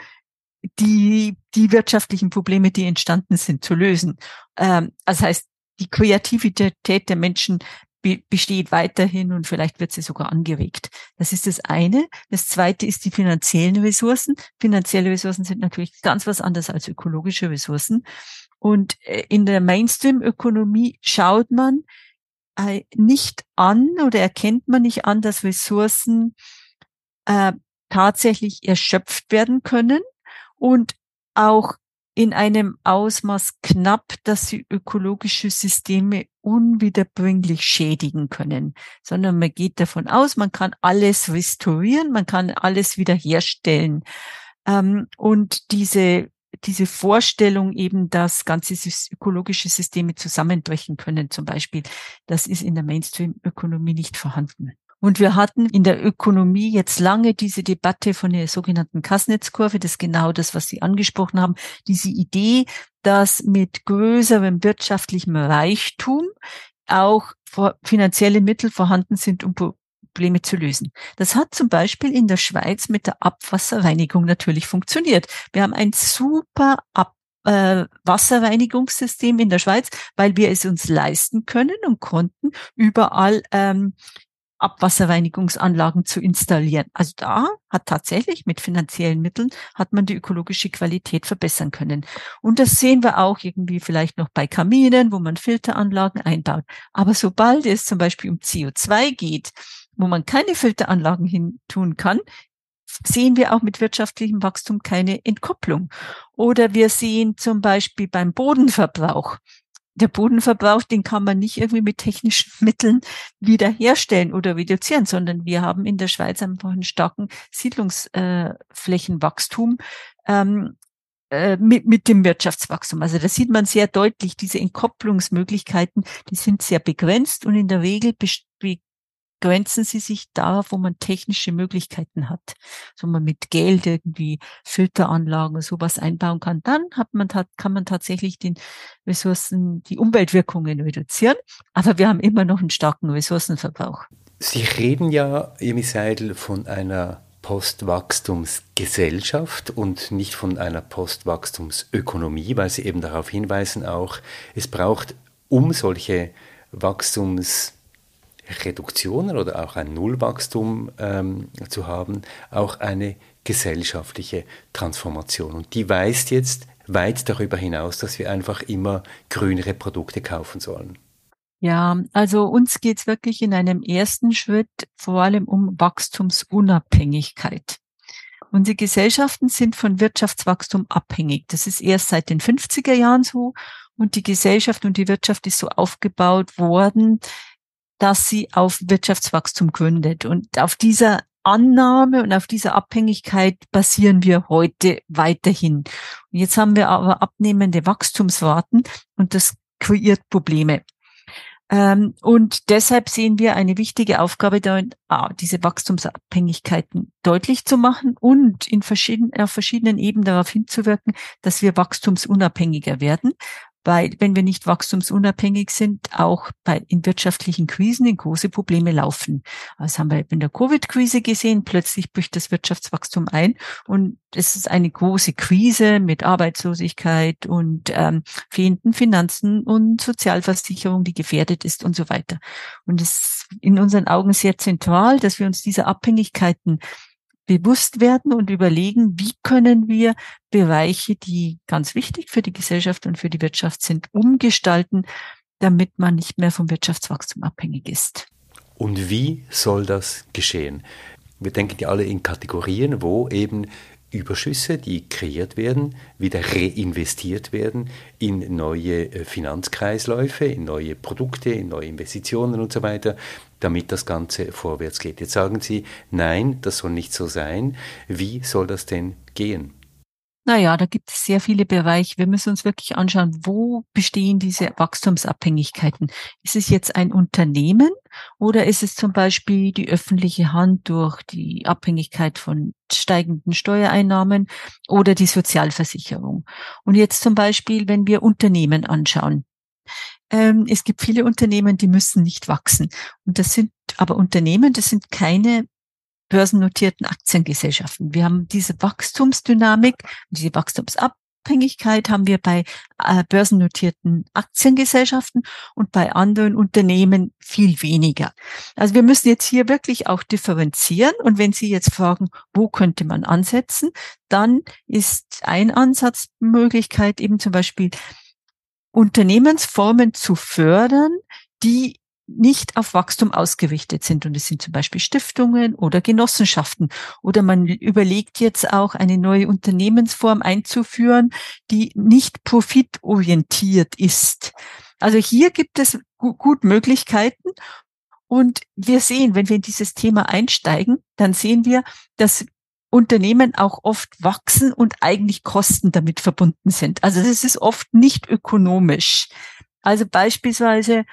die, die wirtschaftlichen Probleme, die entstanden sind, zu lösen. Ähm, das heißt, die Kreativität der Menschen be- besteht weiterhin und vielleicht wird sie sogar angeregt. Das ist das eine. Das zweite ist die finanziellen Ressourcen. Finanzielle Ressourcen sind natürlich ganz was anderes als ökologische Ressourcen. Und in der Mainstream-Ökonomie schaut man äh, nicht an oder erkennt man nicht an, dass Ressourcen äh, tatsächlich erschöpft werden können und auch in einem Ausmaß knapp, dass sie ökologische Systeme unwiederbringlich schädigen können, sondern man geht davon aus, man kann alles restaurieren, man kann alles wiederherstellen. Ähm, und diese diese Vorstellung eben, dass ganze ökologische Systeme zusammenbrechen können, zum Beispiel, das ist in der Mainstream-Ökonomie nicht vorhanden. Und wir hatten in der Ökonomie jetzt lange diese Debatte von der sogenannten Kasnitz-Kurve, das ist genau das, was Sie angesprochen haben, diese Idee, dass mit größerem wirtschaftlichem Reichtum auch finanzielle Mittel vorhanden sind, um Probleme zu lösen. Das hat zum Beispiel in der Schweiz mit der Abwasserreinigung natürlich funktioniert. Wir haben ein super Ab äh, Wasserreinigungssystem in der Schweiz, weil wir es uns leisten können und konnten überall ähm, Abwasserreinigungsanlagen zu installieren. Also da hat tatsächlich mit finanziellen Mitteln hat man die ökologische Qualität verbessern können. Und das sehen wir auch irgendwie vielleicht noch bei Kaminen, wo man Filteranlagen einbaut. Aber sobald es zum Beispiel um C O zwei geht, wo man keine Filteranlagen hin tun kann, sehen wir auch mit wirtschaftlichem Wachstum keine Entkopplung. Oder wir sehen zum Beispiel beim Bodenverbrauch, der Bodenverbrauch, den kann man nicht irgendwie mit technischen Mitteln wiederherstellen oder reduzieren, sondern wir haben in der Schweiz einfach einen starken Siedlungsflächenwachstum ähm, äh, mit, mit dem Wirtschaftswachstum. Also da sieht man sehr deutlich, diese Entkopplungsmöglichkeiten, die sind sehr begrenzt und in der Regel begrenzen sie sich da, wo man technische Möglichkeiten hat. So man mit Geld irgendwie Filteranlagen und sowas einbauen kann, dann hat man, kann man tatsächlich den Ressourcen, die Umweltwirkungen reduzieren. Aber wir haben immer noch einen starken Ressourcenverbrauch. Sie reden ja, Emi Seidel, von einer Postwachstumsgesellschaft und nicht von einer Postwachstumsökonomie, weil Sie eben darauf hinweisen auch, es braucht, um solche Wachstums Reduktionen oder auch ein Nullwachstum ähm, zu haben, auch eine gesellschaftliche Transformation. Und die weist jetzt weit darüber hinaus, dass wir einfach immer grünere Produkte kaufen sollen. Ja, also uns geht's wirklich in einem ersten Schritt vor allem um Wachstumsunabhängigkeit. Unsere Gesellschaften sind von Wirtschaftswachstum abhängig. Das ist erst seit den fünfziger Jahren so. Und die Gesellschaft und die Wirtschaft ist so aufgebaut worden, dass sie auf Wirtschaftswachstum gründet. Und auf dieser Annahme und auf dieser Abhängigkeit basieren wir heute weiterhin. Und jetzt haben wir aber abnehmende Wachstumsraten und das kreiert Probleme. Ähm, und deshalb sehen wir eine wichtige Aufgabe darin, ah, diese Wachstumsabhängigkeiten deutlich zu machen und in verschiedenen, auf verschiedenen Ebenen darauf hinzuwirken, dass wir wachstumsunabhängiger werden. Weil, wenn wir nicht wachstumsunabhängig sind, auch bei, in wirtschaftlichen Krisen in große Probleme laufen. Das haben wir in der Covid-Krise gesehen. Plötzlich bricht das Wirtschaftswachstum ein und es ist eine große Krise mit Arbeitslosigkeit und ähm, fehlenden Finanzen und Sozialversicherung, die gefährdet ist und so weiter. Und es ist in unseren Augen sehr zentral, dass wir uns dieser Abhängigkeiten bewusst werden und überlegen, wie können wir Bereiche, die ganz wichtig für die Gesellschaft und für die Wirtschaft sind, umgestalten, damit man nicht mehr vom Wirtschaftswachstum abhängig ist. Und wie soll das geschehen? Wir denken ja alle in Kategorien, wo eben Überschüsse, die kreiert werden, wieder reinvestiert werden in neue Finanzkreisläufe, in neue Produkte, in neue Investitionen und so weiter, damit das Ganze vorwärts geht. Jetzt sagen Sie, nein, das soll nicht so sein. Wie soll das denn gehen? Naja, da gibt es sehr viele Bereiche. Wir müssen uns wirklich anschauen, wo bestehen diese Wachstumsabhängigkeiten? Ist es jetzt ein Unternehmen oder ist es zum Beispiel die öffentliche Hand durch die Abhängigkeit von steigenden Steuereinnahmen oder die Sozialversicherung? Und jetzt zum Beispiel, wenn wir Unternehmen anschauen. Ähm, es gibt viele Unternehmen, die müssen nicht wachsen. Und das sind aber Unternehmen, das sind keine börsennotierten Aktiengesellschaften. Wir haben diese Wachstumsdynamik, diese Wachstumsabhängigkeit haben wir bei äh, börsennotierten Aktiengesellschaften und bei anderen Unternehmen viel weniger. Also wir müssen jetzt hier wirklich auch differenzieren. Und wenn Sie jetzt fragen, wo könnte man ansetzen, dann ist ein Ansatzmöglichkeit eben zum Beispiel Unternehmensformen zu fördern, die nicht auf Wachstum ausgerichtet sind. Und es sind zum Beispiel Stiftungen oder Genossenschaften. Oder man überlegt jetzt auch, eine neue Unternehmensform einzuführen, die nicht profitorientiert ist. Also hier gibt es gu- gut Möglichkeiten. Und wir sehen, wenn wir in dieses Thema einsteigen, dann sehen wir, dass Unternehmen auch oft wachsen und eigentlich Kosten damit verbunden sind. Also das ist oft nicht ökonomisch. Also beispielsweise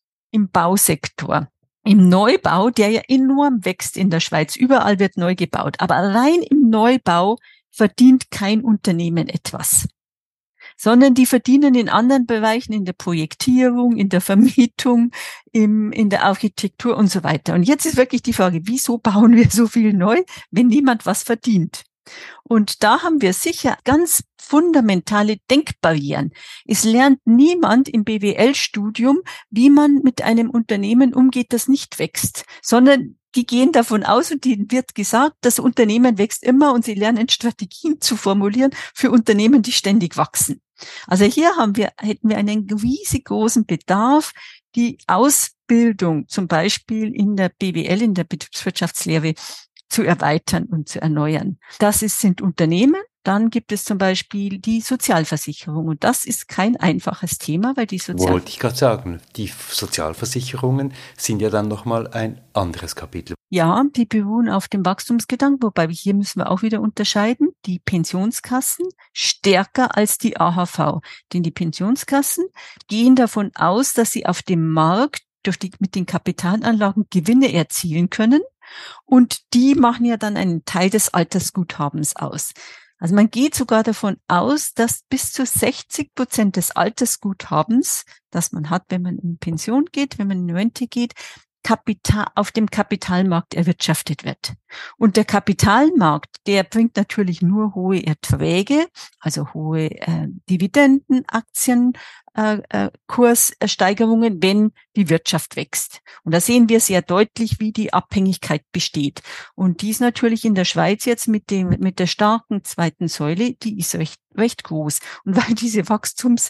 im Bausektor, im Neubau, der ja enorm wächst in der Schweiz. Überall wird neu gebaut. Aber allein im Neubau verdient kein Unternehmen etwas, sondern die verdienen in anderen Bereichen, in der Projektierung, in der Vermietung, im, in der Architektur und so weiter. Und jetzt ist wirklich die Frage, wieso bauen wir so viel neu, wenn niemand was verdient? Und da haben wir sicher ganz fundamentale Denkbarrieren. Es lernt niemand im B W L-Studium, wie man mit einem Unternehmen umgeht, das nicht wächst, sondern die gehen davon aus und ihnen wird gesagt, das Unternehmen wächst immer und sie lernen Strategien zu formulieren für Unternehmen, die ständig wachsen. Also hier haben wir, hätten wir einen riesig großen Bedarf, die Ausbildung zum Beispiel in der B W L, in der Betriebswirtschaftslehre, zu erweitern und zu erneuern. Das ist, sind Unternehmen. Dann gibt es zum Beispiel die Sozialversicherung. Und das ist kein einfaches Thema, weil die Sozial... Wollte ich gerade sagen, die Sozialversicherungen sind ja dann nochmal ein anderes Kapitel. Ja, die beruhen auf dem Wachstumsgedanken, wobei hier müssen wir auch wieder unterscheiden. Die Pensionskassen stärker als die A H V. Denn die Pensionskassen gehen davon aus, dass sie auf dem Markt durch die, mit den Kapitalanlagen Gewinne erzielen können. Und die machen ja dann einen Teil des Altersguthabens aus. Also man geht sogar davon aus, dass bis zu sechzig Prozent des Altersguthabens, das man hat, wenn man in Pension geht, wenn man in Rente geht, Kapital, auf dem Kapitalmarkt erwirtschaftet wird. Und der Kapitalmarkt, der bringt natürlich nur hohe Erträge, also hohe äh, Dividenden, Aktien, äh, äh, Kurssteigerungen, wenn die Wirtschaft wächst. Und da sehen wir sehr deutlich, wie die Abhängigkeit besteht. Und die ist natürlich in der Schweiz jetzt mit dem, mit der starken zweiten Säule, die ist recht, recht groß. Und weil diese Wachstums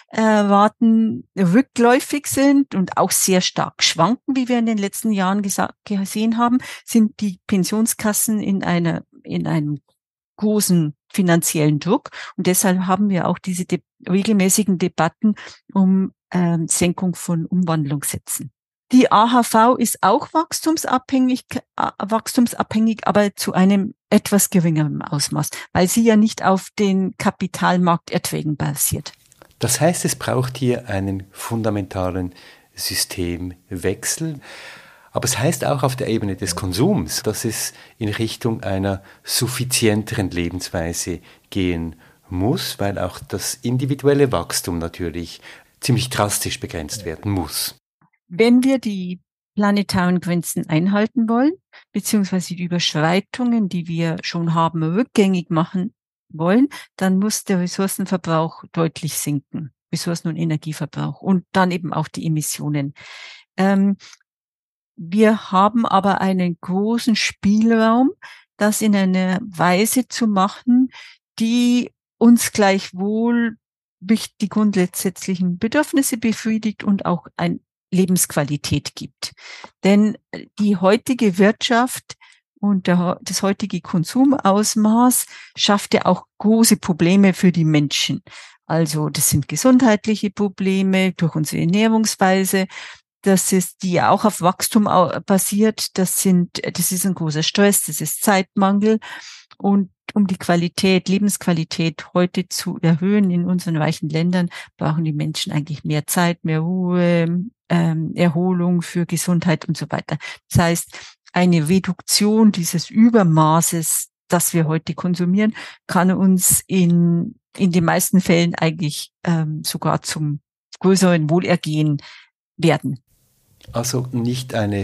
erwarten, rückläufig sind und auch sehr stark schwanken, wie wir in den letzten Jahren gesa- gesehen haben, sind die Pensionskassen in einer, in einem großen finanziellen Druck. Und deshalb haben wir auch diese de- regelmäßigen Debatten um ähm, Senkung von Umwandlungssätzen. Die A H V ist auch wachstumsabhängig, äh, wachstumsabhängig, aber zu einem etwas geringeren Ausmaß, weil sie ja nicht auf den Kapitalmarkterträgen basiert. Das heißt, es braucht hier einen fundamentalen Systemwechsel. Aber es heißt auch auf der Ebene des Konsums, dass es in Richtung einer suffizienteren Lebensweise gehen muss, weil auch das individuelle Wachstum natürlich ziemlich drastisch begrenzt werden muss. Wenn wir die planetaren Grenzen einhalten wollen, beziehungsweise die Überschreitungen, die wir schon haben, rückgängig machen wollen, dann muss der Ressourcenverbrauch deutlich sinken. Ressourcen- und Energieverbrauch und dann eben auch die Emissionen. Ähm, wir haben aber einen großen Spielraum, das in einer Weise zu machen, die uns gleichwohl die grundsätzlichen Bedürfnisse befriedigt und auch ein Lebensqualität gibt. Denn die heutige Wirtschaft und der, das heutige Konsumausmaß schafft ja auch große Probleme für die Menschen. Also das sind gesundheitliche Probleme durch unsere Ernährungsweise. Das ist, die ja auch auf Wachstum basiert. Das sind, das ist ein großer Stress, das ist Zeitmangel. Und um die Qualität, Lebensqualität heute zu erhöhen in unseren reichen Ländern, brauchen die Menschen eigentlich mehr Zeit, mehr Ruhe, ähm, Erholung für Gesundheit und so weiter. Das heißt, eine Reduktion dieses Übermaßes, das wir heute konsumieren, kann uns in, in den meisten Fällen eigentlich ähm, sogar zum größeren Wohlergehen werden. Also nicht eine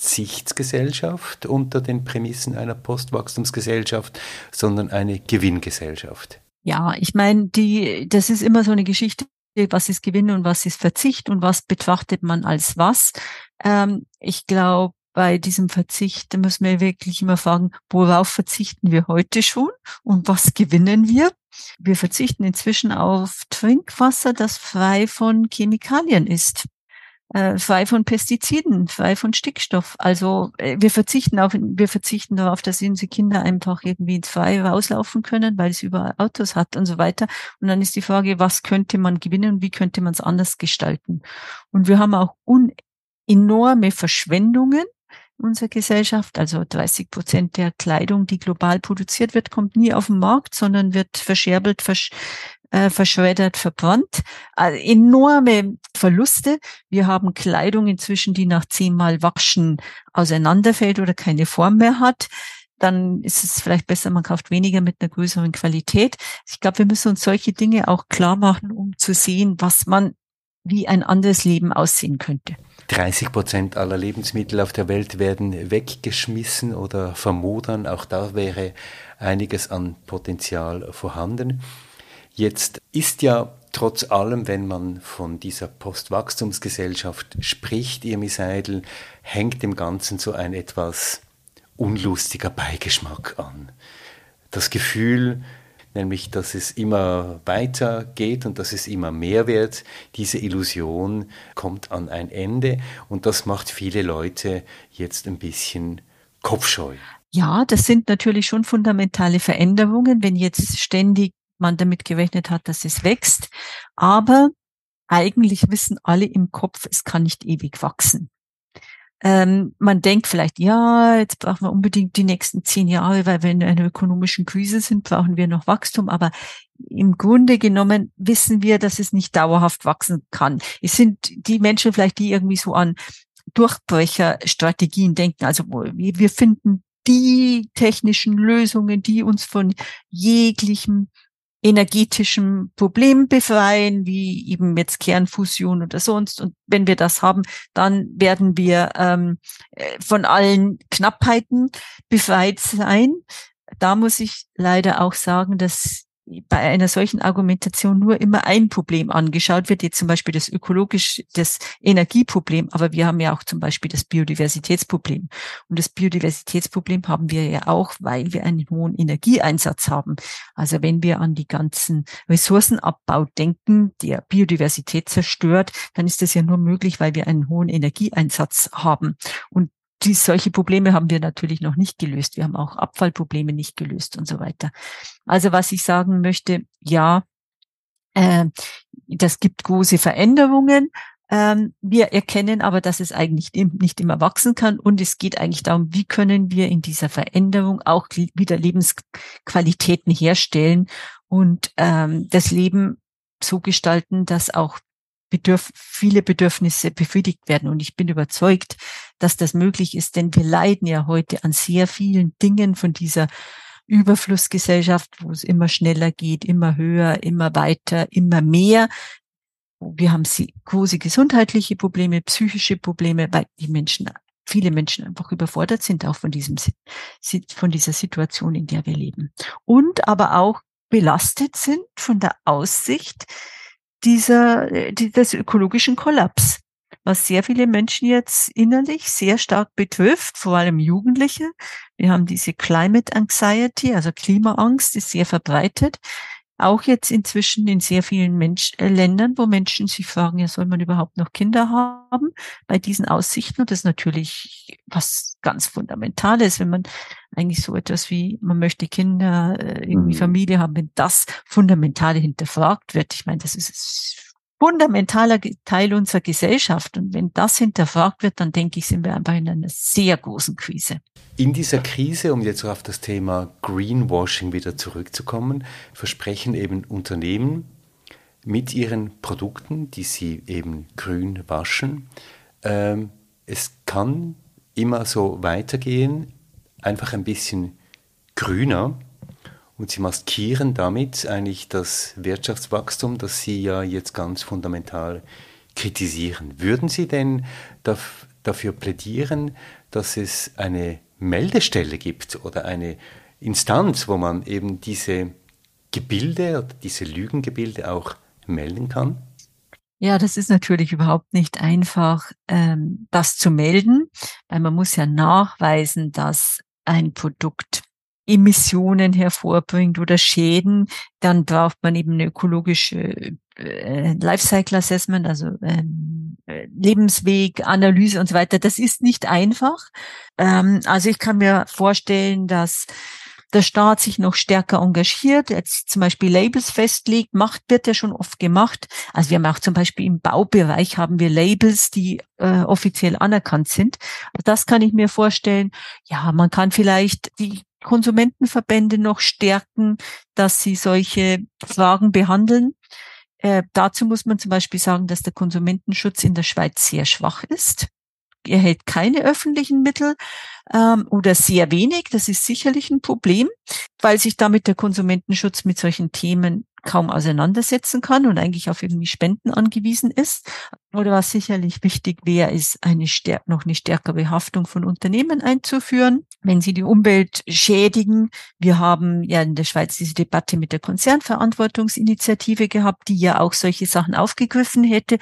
Verzichtsgesellschaft unter den Prämissen einer Postwachstumsgesellschaft, sondern eine Gewinngesellschaft. Ja, ich meine, die, das ist immer so eine Geschichte, was ist Gewinn und was ist Verzicht und was betrachtet man als was. Ähm, ich glaube, bei diesem Verzicht müssen wir wirklich immer fragen, worauf verzichten wir heute schon und was gewinnen wir? Wir verzichten inzwischen auf Trinkwasser, das frei von Chemikalien ist. Äh, frei von Pestiziden, frei von Stickstoff. Also äh, wir verzichten auf, wir verzichten darauf, dass unsere Kinder einfach irgendwie frei rauslaufen können, weil es überall Autos hat und so weiter. Und dann ist die Frage, was könnte man gewinnen und wie könnte man es anders gestalten? Und wir haben auch un- enorme Verschwendungen in unserer Gesellschaft. Also dreißig Prozent der Kleidung, die global produziert wird, kommt nie auf den Markt, sondern wird verscherbelt, versch Äh, verschreddert, verbrannt. Also enorme Verluste. Wir haben Kleidung inzwischen, die nach zehnmal Waschen auseinanderfällt oder keine Form mehr hat. Dann ist es vielleicht besser, man kauft weniger mit einer größeren Qualität. Ich glaube, wir müssen uns solche Dinge auch klar machen, um zu sehen, was man, wie ein anderes Leben aussehen könnte. dreißig Prozent aller Lebensmittel auf der Welt werden weggeschmissen oder vermodern. Auch da wäre einiges an Potenzial vorhanden. Jetzt ist ja trotz allem, wenn man von dieser Postwachstumsgesellschaft spricht, Irmi Seidel, hängt dem Ganzen so ein etwas unlustiger Beigeschmack an. Das Gefühl, nämlich, dass es immer weiter geht und dass es immer mehr wird, diese Illusion kommt an ein Ende und das macht viele Leute jetzt ein bisschen kopfscheu. Ja, das sind natürlich schon fundamentale Veränderungen, wenn jetzt ständig man damit gerechnet hat, dass es wächst. Aber eigentlich wissen alle im Kopf, es kann nicht ewig wachsen. Ähm, man denkt vielleicht, ja, jetzt brauchen wir unbedingt die nächsten zehn Jahre, weil wir in einer ökonomischen Krise sind, brauchen wir noch Wachstum. Aber im Grunde genommen wissen wir, dass es nicht dauerhaft wachsen kann. Es sind die Menschen vielleicht, die irgendwie so an Durchbrecherstrategien denken. Also wir finden die technischen Lösungen, die uns von jeglichem energetischen Problem befreien, wie eben jetzt Kernfusion oder sonst. Und wenn wir das haben, dann werden wir ähm, von allen Knappheiten befreit sein. Da muss ich leider auch sagen, dass bei einer solchen Argumentation nur immer ein Problem angeschaut wird, jetzt zum Beispiel das ökologische, das Energieproblem, aber wir haben ja auch zum Beispiel das Biodiversitätsproblem. Und das Biodiversitätsproblem haben wir ja auch, weil wir einen hohen Energieeinsatz haben. Also wenn wir an die ganzen Ressourcenabbau denken, der Biodiversität zerstört, dann ist das ja nur möglich, weil wir einen hohen Energieeinsatz haben. Und Die, solche Probleme haben wir natürlich noch nicht gelöst. Wir haben auch Abfallprobleme nicht gelöst und so weiter. Also was ich sagen möchte, ja, äh, das gibt große Veränderungen. Ähm, wir erkennen aber, dass es eigentlich nicht immer wachsen kann. Und es geht eigentlich darum, wie können wir in dieser Veränderung auch wieder Lebensqualitäten herstellen und ähm, das Leben so gestalten, dass auch Bedürf- viele Bedürfnisse befriedigt werden. Und ich bin überzeugt, dass das möglich ist, denn wir leiden ja heute an sehr vielen Dingen von dieser Überflussgesellschaft, wo es immer schneller geht, immer höher, immer weiter, immer mehr. Wir haben sie große gesundheitliche Probleme, psychische Probleme, weil die Menschen, viele Menschen einfach überfordert sind, auch von diesem, von dieser Situation, in der wir leben. Und aber auch belastet sind von der Aussicht, dieser, des ökologischen Kollaps, was sehr viele Menschen jetzt innerlich sehr stark betrifft, vor allem Jugendliche. Wir haben diese Climate Anxiety, also Klimaangst, ist sehr verbreitet. Auch jetzt inzwischen in sehr vielen Mensch, äh, Ländern, wo Menschen sich fragen, ja, soll man überhaupt noch Kinder haben bei diesen Aussichten? Und das ist natürlich was ganz Fundamentales, wenn man eigentlich so etwas wie, man möchte Kinder, äh, irgendwie Mhm. Familie haben, wenn das Fundamentale hinterfragt wird. Ich meine, das ist ein fundamentaler Teil unserer Gesellschaft. Und wenn das hinterfragt wird, dann denke ich, sind wir einfach in einer sehr großen Krise. In dieser Krise, um jetzt auf das Thema Greenwashing wieder zurückzukommen, versprechen eben Unternehmen mit ihren Produkten, die sie eben grün waschen, ähm, es kann immer so weitergehen, einfach ein bisschen grüner. Und sie maskieren damit eigentlich das Wirtschaftswachstum, das Sie ja jetzt ganz fundamental kritisieren. Würden Sie denn daf- dafür plädieren, dass es eine Meldestelle gibt oder eine Instanz, wo man eben diese Gebilde oder diese Lügengebilde auch melden kann? Ja, das ist natürlich überhaupt nicht einfach, ähm, das zu melden, weil man muss ja nachweisen, dass ein Produkt Emissionen hervorbringt oder Schäden. Dann braucht man eben eine ökologische äh, Lifecycle Assessment, also ähm, Lebensweganalyse und so weiter. Das ist nicht einfach. Ähm, also ich kann mir vorstellen, dass der Staat sich noch stärker engagiert, jetzt zum Beispiel Labels festlegt, macht, wird ja schon oft gemacht. Also wir haben auch zum Beispiel im Baubereich haben wir Labels, die äh, offiziell anerkannt sind. Das kann ich mir vorstellen. Ja, man kann vielleicht die Konsumentenverbände noch stärken, dass sie solche Fragen behandeln. Äh, dazu muss man zum Beispiel sagen, dass der Konsumentenschutz in der Schweiz sehr schwach ist. Er erhält keine öffentlichen Mittel ähm, oder sehr wenig. Das ist sicherlich ein Problem, weil sich damit der Konsumentenschutz mit solchen Themen kaum auseinandersetzen kann und eigentlich auf irgendwie Spenden angewiesen ist. Oder was sicherlich wichtig wäre, ist eine stär- noch eine stärkere Behaftung von Unternehmen einzuführen, wenn sie die Umwelt schädigen. Wir haben ja in der Schweiz diese Debatte mit der Konzernverantwortungsinitiative gehabt, die ja auch solche Sachen aufgegriffen hätte,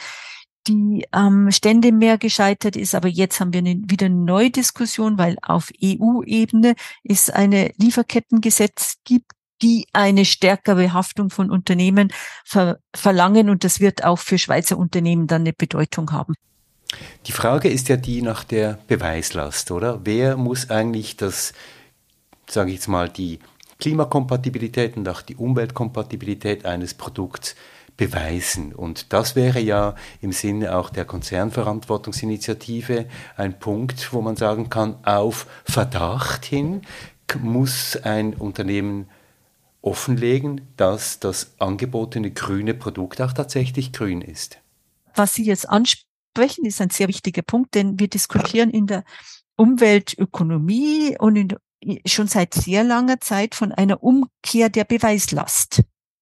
die am ähm, Ständemeer gescheitert ist. Aber jetzt haben wir eine, wieder eine neue Diskussion, weil auf E U-Ebene es eine Lieferkettengesetz gibt, die eine stärkere Behaftung von Unternehmen ver- verlangen. Und das wird auch für Schweizer Unternehmen dann eine Bedeutung haben. Die Frage ist ja die nach der Beweislast, oder? Wer muss eigentlich das, sage ich jetzt mal, die Klimakompatibilität und auch die Umweltkompatibilität eines Produkts beweisen? Und das wäre ja im Sinne auch der Konzernverantwortungsinitiative ein Punkt, wo man sagen kann, auf Verdacht hin muss ein Unternehmen offenlegen, dass das angebotene grüne Produkt auch tatsächlich grün ist. Was Sie jetzt ansprechen, ist ein sehr wichtiger Punkt, denn wir diskutieren in der Umweltökonomie und in der, schon seit sehr langer Zeit von einer Umkehr der Beweislast.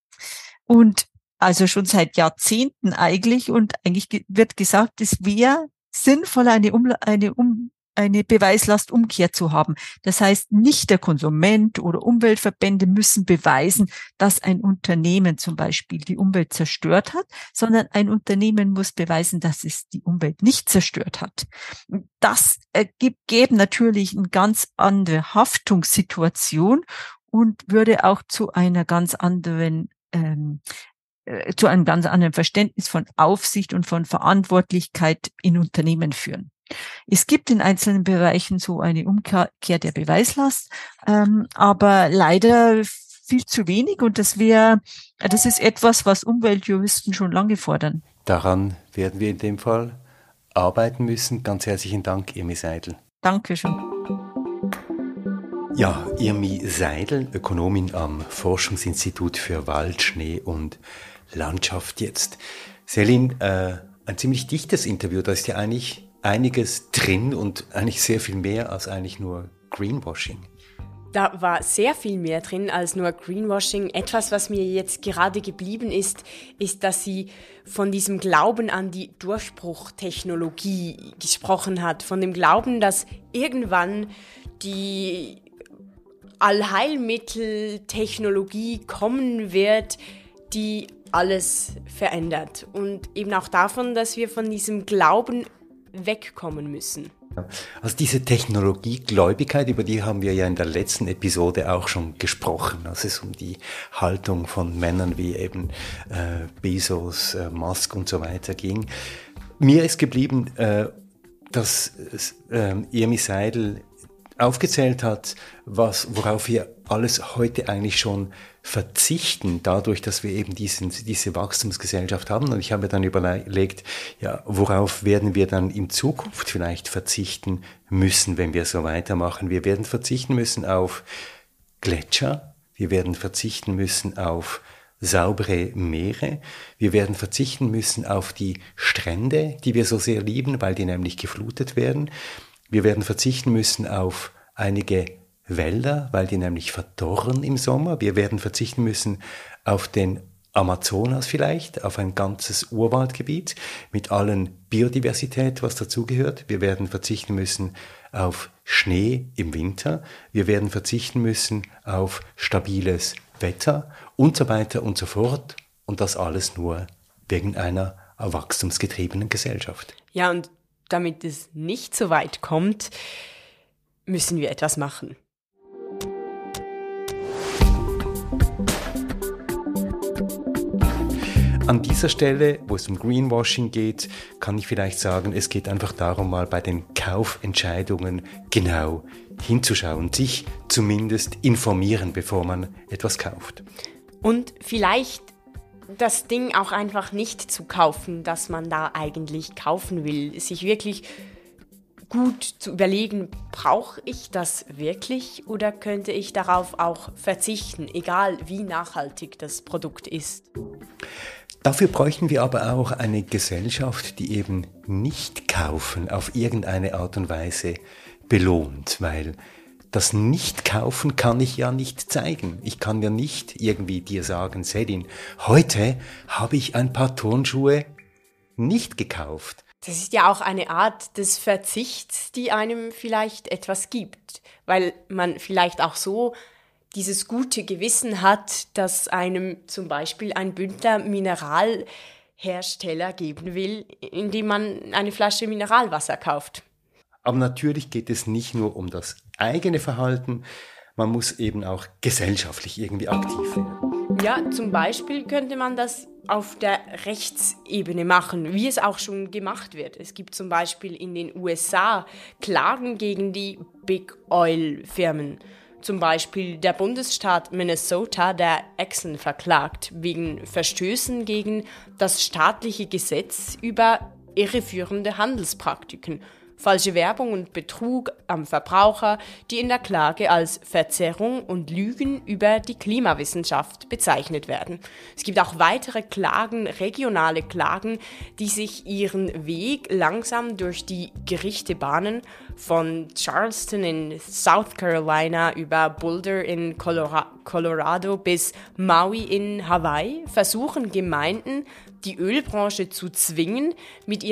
Und also schon seit Jahrzehnten eigentlich, und eigentlich wird gesagt, es wäre sinnvoll, eine, um, eine um, eine Beweislastumkehr zu haben. Das heißt, nicht der Konsument oder Umweltverbände müssen beweisen, dass ein Unternehmen zum Beispiel die Umwelt zerstört hat, sondern ein Unternehmen muss beweisen, dass es die Umwelt nicht zerstört hat. Das ergibt gäbe natürlich eine ganz andere Haftungssituation und würde auch zu einer ganz anderen ähm, äh, zu einem ganz anderen Verständnis von Aufsicht und von Verantwortlichkeit in Unternehmen führen. Es gibt in einzelnen Bereichen so eine Umkehr der Beweislast, ähm, aber leider viel zu wenig und das wäre, das ist etwas, was Umweltjuristen schon lange fordern. Daran werden wir in dem Fall arbeiten müssen. Ganz herzlichen Dank, Irmi Seidel. Dankeschön. Ja, Irmi Seidel, Ökonomin am Forschungsinstitut für Wald, Schnee und Landschaft jetzt. Selin, äh, ein ziemlich dichtes Interview, da ist ja eigentlich einiges drin und eigentlich sehr viel mehr als eigentlich nur Greenwashing. Da war sehr viel mehr drin als nur Greenwashing. Etwas, was mir jetzt gerade geblieben ist, ist, dass sie von diesem Glauben an die Durchbruchtechnologie gesprochen hat. Von dem Glauben, dass irgendwann die Allheilmitteltechnologie kommen wird, die alles verändert. Und eben auch davon, dass wir von diesem Glauben wegkommen müssen. Also diese Technologiegläubigkeit, über die haben wir ja in der letzten Episode auch schon gesprochen, als es um die Haltung von Männern wie eben äh, Bezos, äh, Musk und so weiter ging. Mir ist geblieben, äh, dass äh, Irmi Seidel aufgezählt hat, was, worauf wir alles heute eigentlich schon verzichten, dadurch, dass wir eben diesen, diese Wachstumsgesellschaft haben. Und ich habe mir dann überlegt, ja, worauf werden wir dann in Zukunft vielleicht verzichten müssen, wenn wir so weitermachen? Wir werden verzichten müssen auf Gletscher, wir werden verzichten müssen auf saubere Meere, wir werden verzichten müssen auf die Strände, die wir so sehr lieben, weil die nämlich geflutet werden. Wir werden verzichten müssen auf einige Wälder, weil die nämlich verdorren im Sommer. Wir werden verzichten müssen auf den Amazonas vielleicht, auf ein ganzes Urwaldgebiet mit allen Biodiversität, was dazugehört. Wir werden verzichten müssen auf Schnee im Winter. Wir werden verzichten müssen auf stabiles Wetter und so weiter und so fort. Und das alles nur wegen einer wachstumsgetriebenen Gesellschaft. Ja, und damit es nicht so weit kommt, müssen wir etwas machen. An dieser Stelle, wo es um Greenwashing geht, kann ich vielleicht sagen, es geht einfach darum, mal bei den Kaufentscheidungen genau hinzuschauen, sich zumindest informieren, bevor man etwas kauft. Und vielleicht das Ding auch einfach nicht zu kaufen, das man da eigentlich kaufen will. Sich wirklich gut zu überlegen, brauche ich das wirklich oder könnte ich darauf auch verzichten, egal wie nachhaltig das Produkt ist. Dafür bräuchten wir aber auch eine Gesellschaft, die eben nicht kaufen auf irgendeine Art und Weise belohnt, weil das Nicht-Kaufen kann ich ja nicht zeigen. Ich kann ja nicht irgendwie dir sagen, Selin, heute habe ich ein paar Turnschuhe nicht gekauft. Das ist ja auch eine Art des Verzichts, die einem vielleicht etwas gibt, weil man vielleicht auch so dieses gute Gewissen hat, dass einem zum Beispiel ein Bündner Mineralhersteller geben will, indem man eine Flasche Mineralwasser kauft. Aber natürlich geht es nicht nur um das eigene Verhalten, man muss eben auch gesellschaftlich irgendwie aktiv werden. Ja, zum Beispiel könnte man das auf der Rechtsebene machen, wie es auch schon gemacht wird. Es gibt zum Beispiel in den U S A Klagen gegen die Big Oil Firmen. Zum Beispiel der Bundesstaat Minnesota, der Exxon verklagt wegen Verstößen gegen das staatliche Gesetz über irreführende Handelspraktiken, falsche Werbung und Betrug am Verbraucher, die in der Klage als Verzerrung und Lügen über die Klimawissenschaft bezeichnet werden. Es gibt auch weitere Klagen, regionale Klagen, die sich ihren Weg langsam durch die Gerichte bahnen, von Charleston in South Carolina über Boulder in Colora- Colorado bis Maui in Hawaii, versuchen Gemeinden, die Ölbranche zu zwingen, mit ihren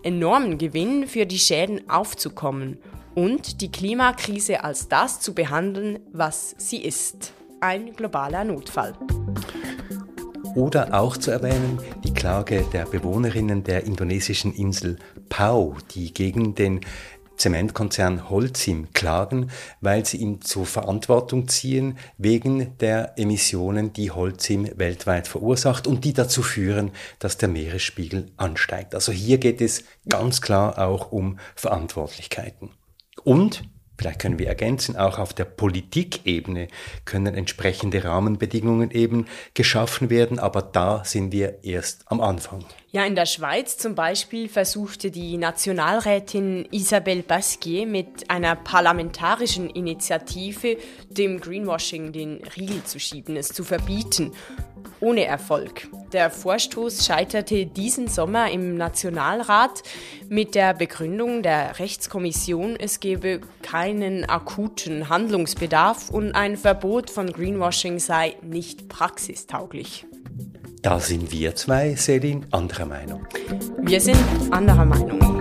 enormen Gewinn für die Schäden aufzukommen und die Klimakrise als das zu behandeln, was sie ist: ein globaler Notfall. Oder auch zu erwähnen die Klage der Bewohnerinnen der indonesischen Insel Pau, die gegen den Zementkonzern Holcim klagen, weil sie ihn zur Verantwortung ziehen wegen der Emissionen, die Holcim weltweit verursacht und die dazu führen, dass der Meeresspiegel ansteigt. Also hier geht es ganz klar auch um Verantwortlichkeiten. Und vielleicht können wir ergänzen, auch auf der Politikebene können entsprechende Rahmenbedingungen eben geschaffen werden, aber da sind wir erst am Anfang. Ja, in der Schweiz zum Beispiel versuchte die Nationalrätin Isabelle Pasquier mit einer parlamentarischen Initiative dem Greenwashing den Riegel zu schieben, es zu verbieten. Ohne Erfolg. Der Vorstoß scheiterte diesen Sommer im Nationalrat mit der Begründung der Rechtskommission, es gebe keinen akuten Handlungsbedarf und ein Verbot von Greenwashing sei nicht praxistauglich. Da sind wir zwei, Selin, anderer Meinung. Wir sind anderer Meinung.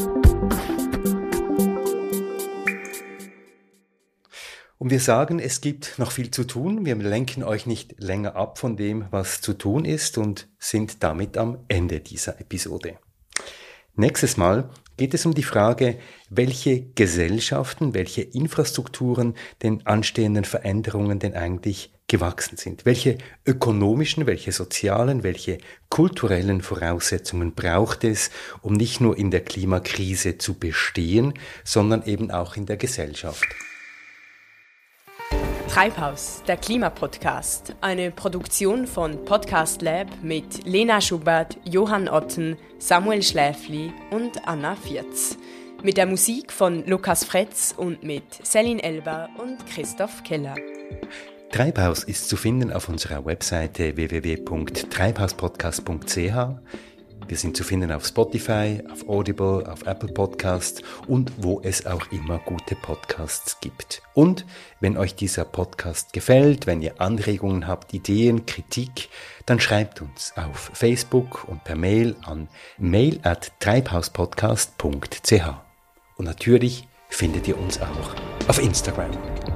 Und wir sagen, es gibt noch viel zu tun. Wir lenken euch nicht länger ab von dem, was zu tun ist und sind damit am Ende dieser Episode. Nächstes Mal geht es um die Frage, welche Gesellschaften, welche Infrastrukturen den anstehenden Veränderungen denn eigentlich gewachsen sind. Welche ökonomischen, welche sozialen, welche kulturellen Voraussetzungen braucht es, um nicht nur in der Klimakrise zu bestehen, sondern eben auch in der Gesellschaft. Treibhaus, der Klimapodcast, eine Produktion von Podcast Lab mit Lena Schubert, Johann Otten, Samuel Schläfli und Anna Vierz. Mit der Musik von Lukas Fretz und mit Selin Elber und Christoph Keller. Treibhaus ist zu finden auf unserer Webseite w w w punkt treibhauspodcast punkt c h. Wir sind zu finden auf Spotify, auf Audible, auf Apple Podcasts und wo es auch immer gute Podcasts gibt. Und wenn euch dieser Podcast gefällt, wenn ihr Anregungen habt, Ideen, Kritik, dann schreibt uns auf Facebook und per Mail an mail at treibhauspodcast punkt c h. Und natürlich findet ihr uns auch auf Instagram.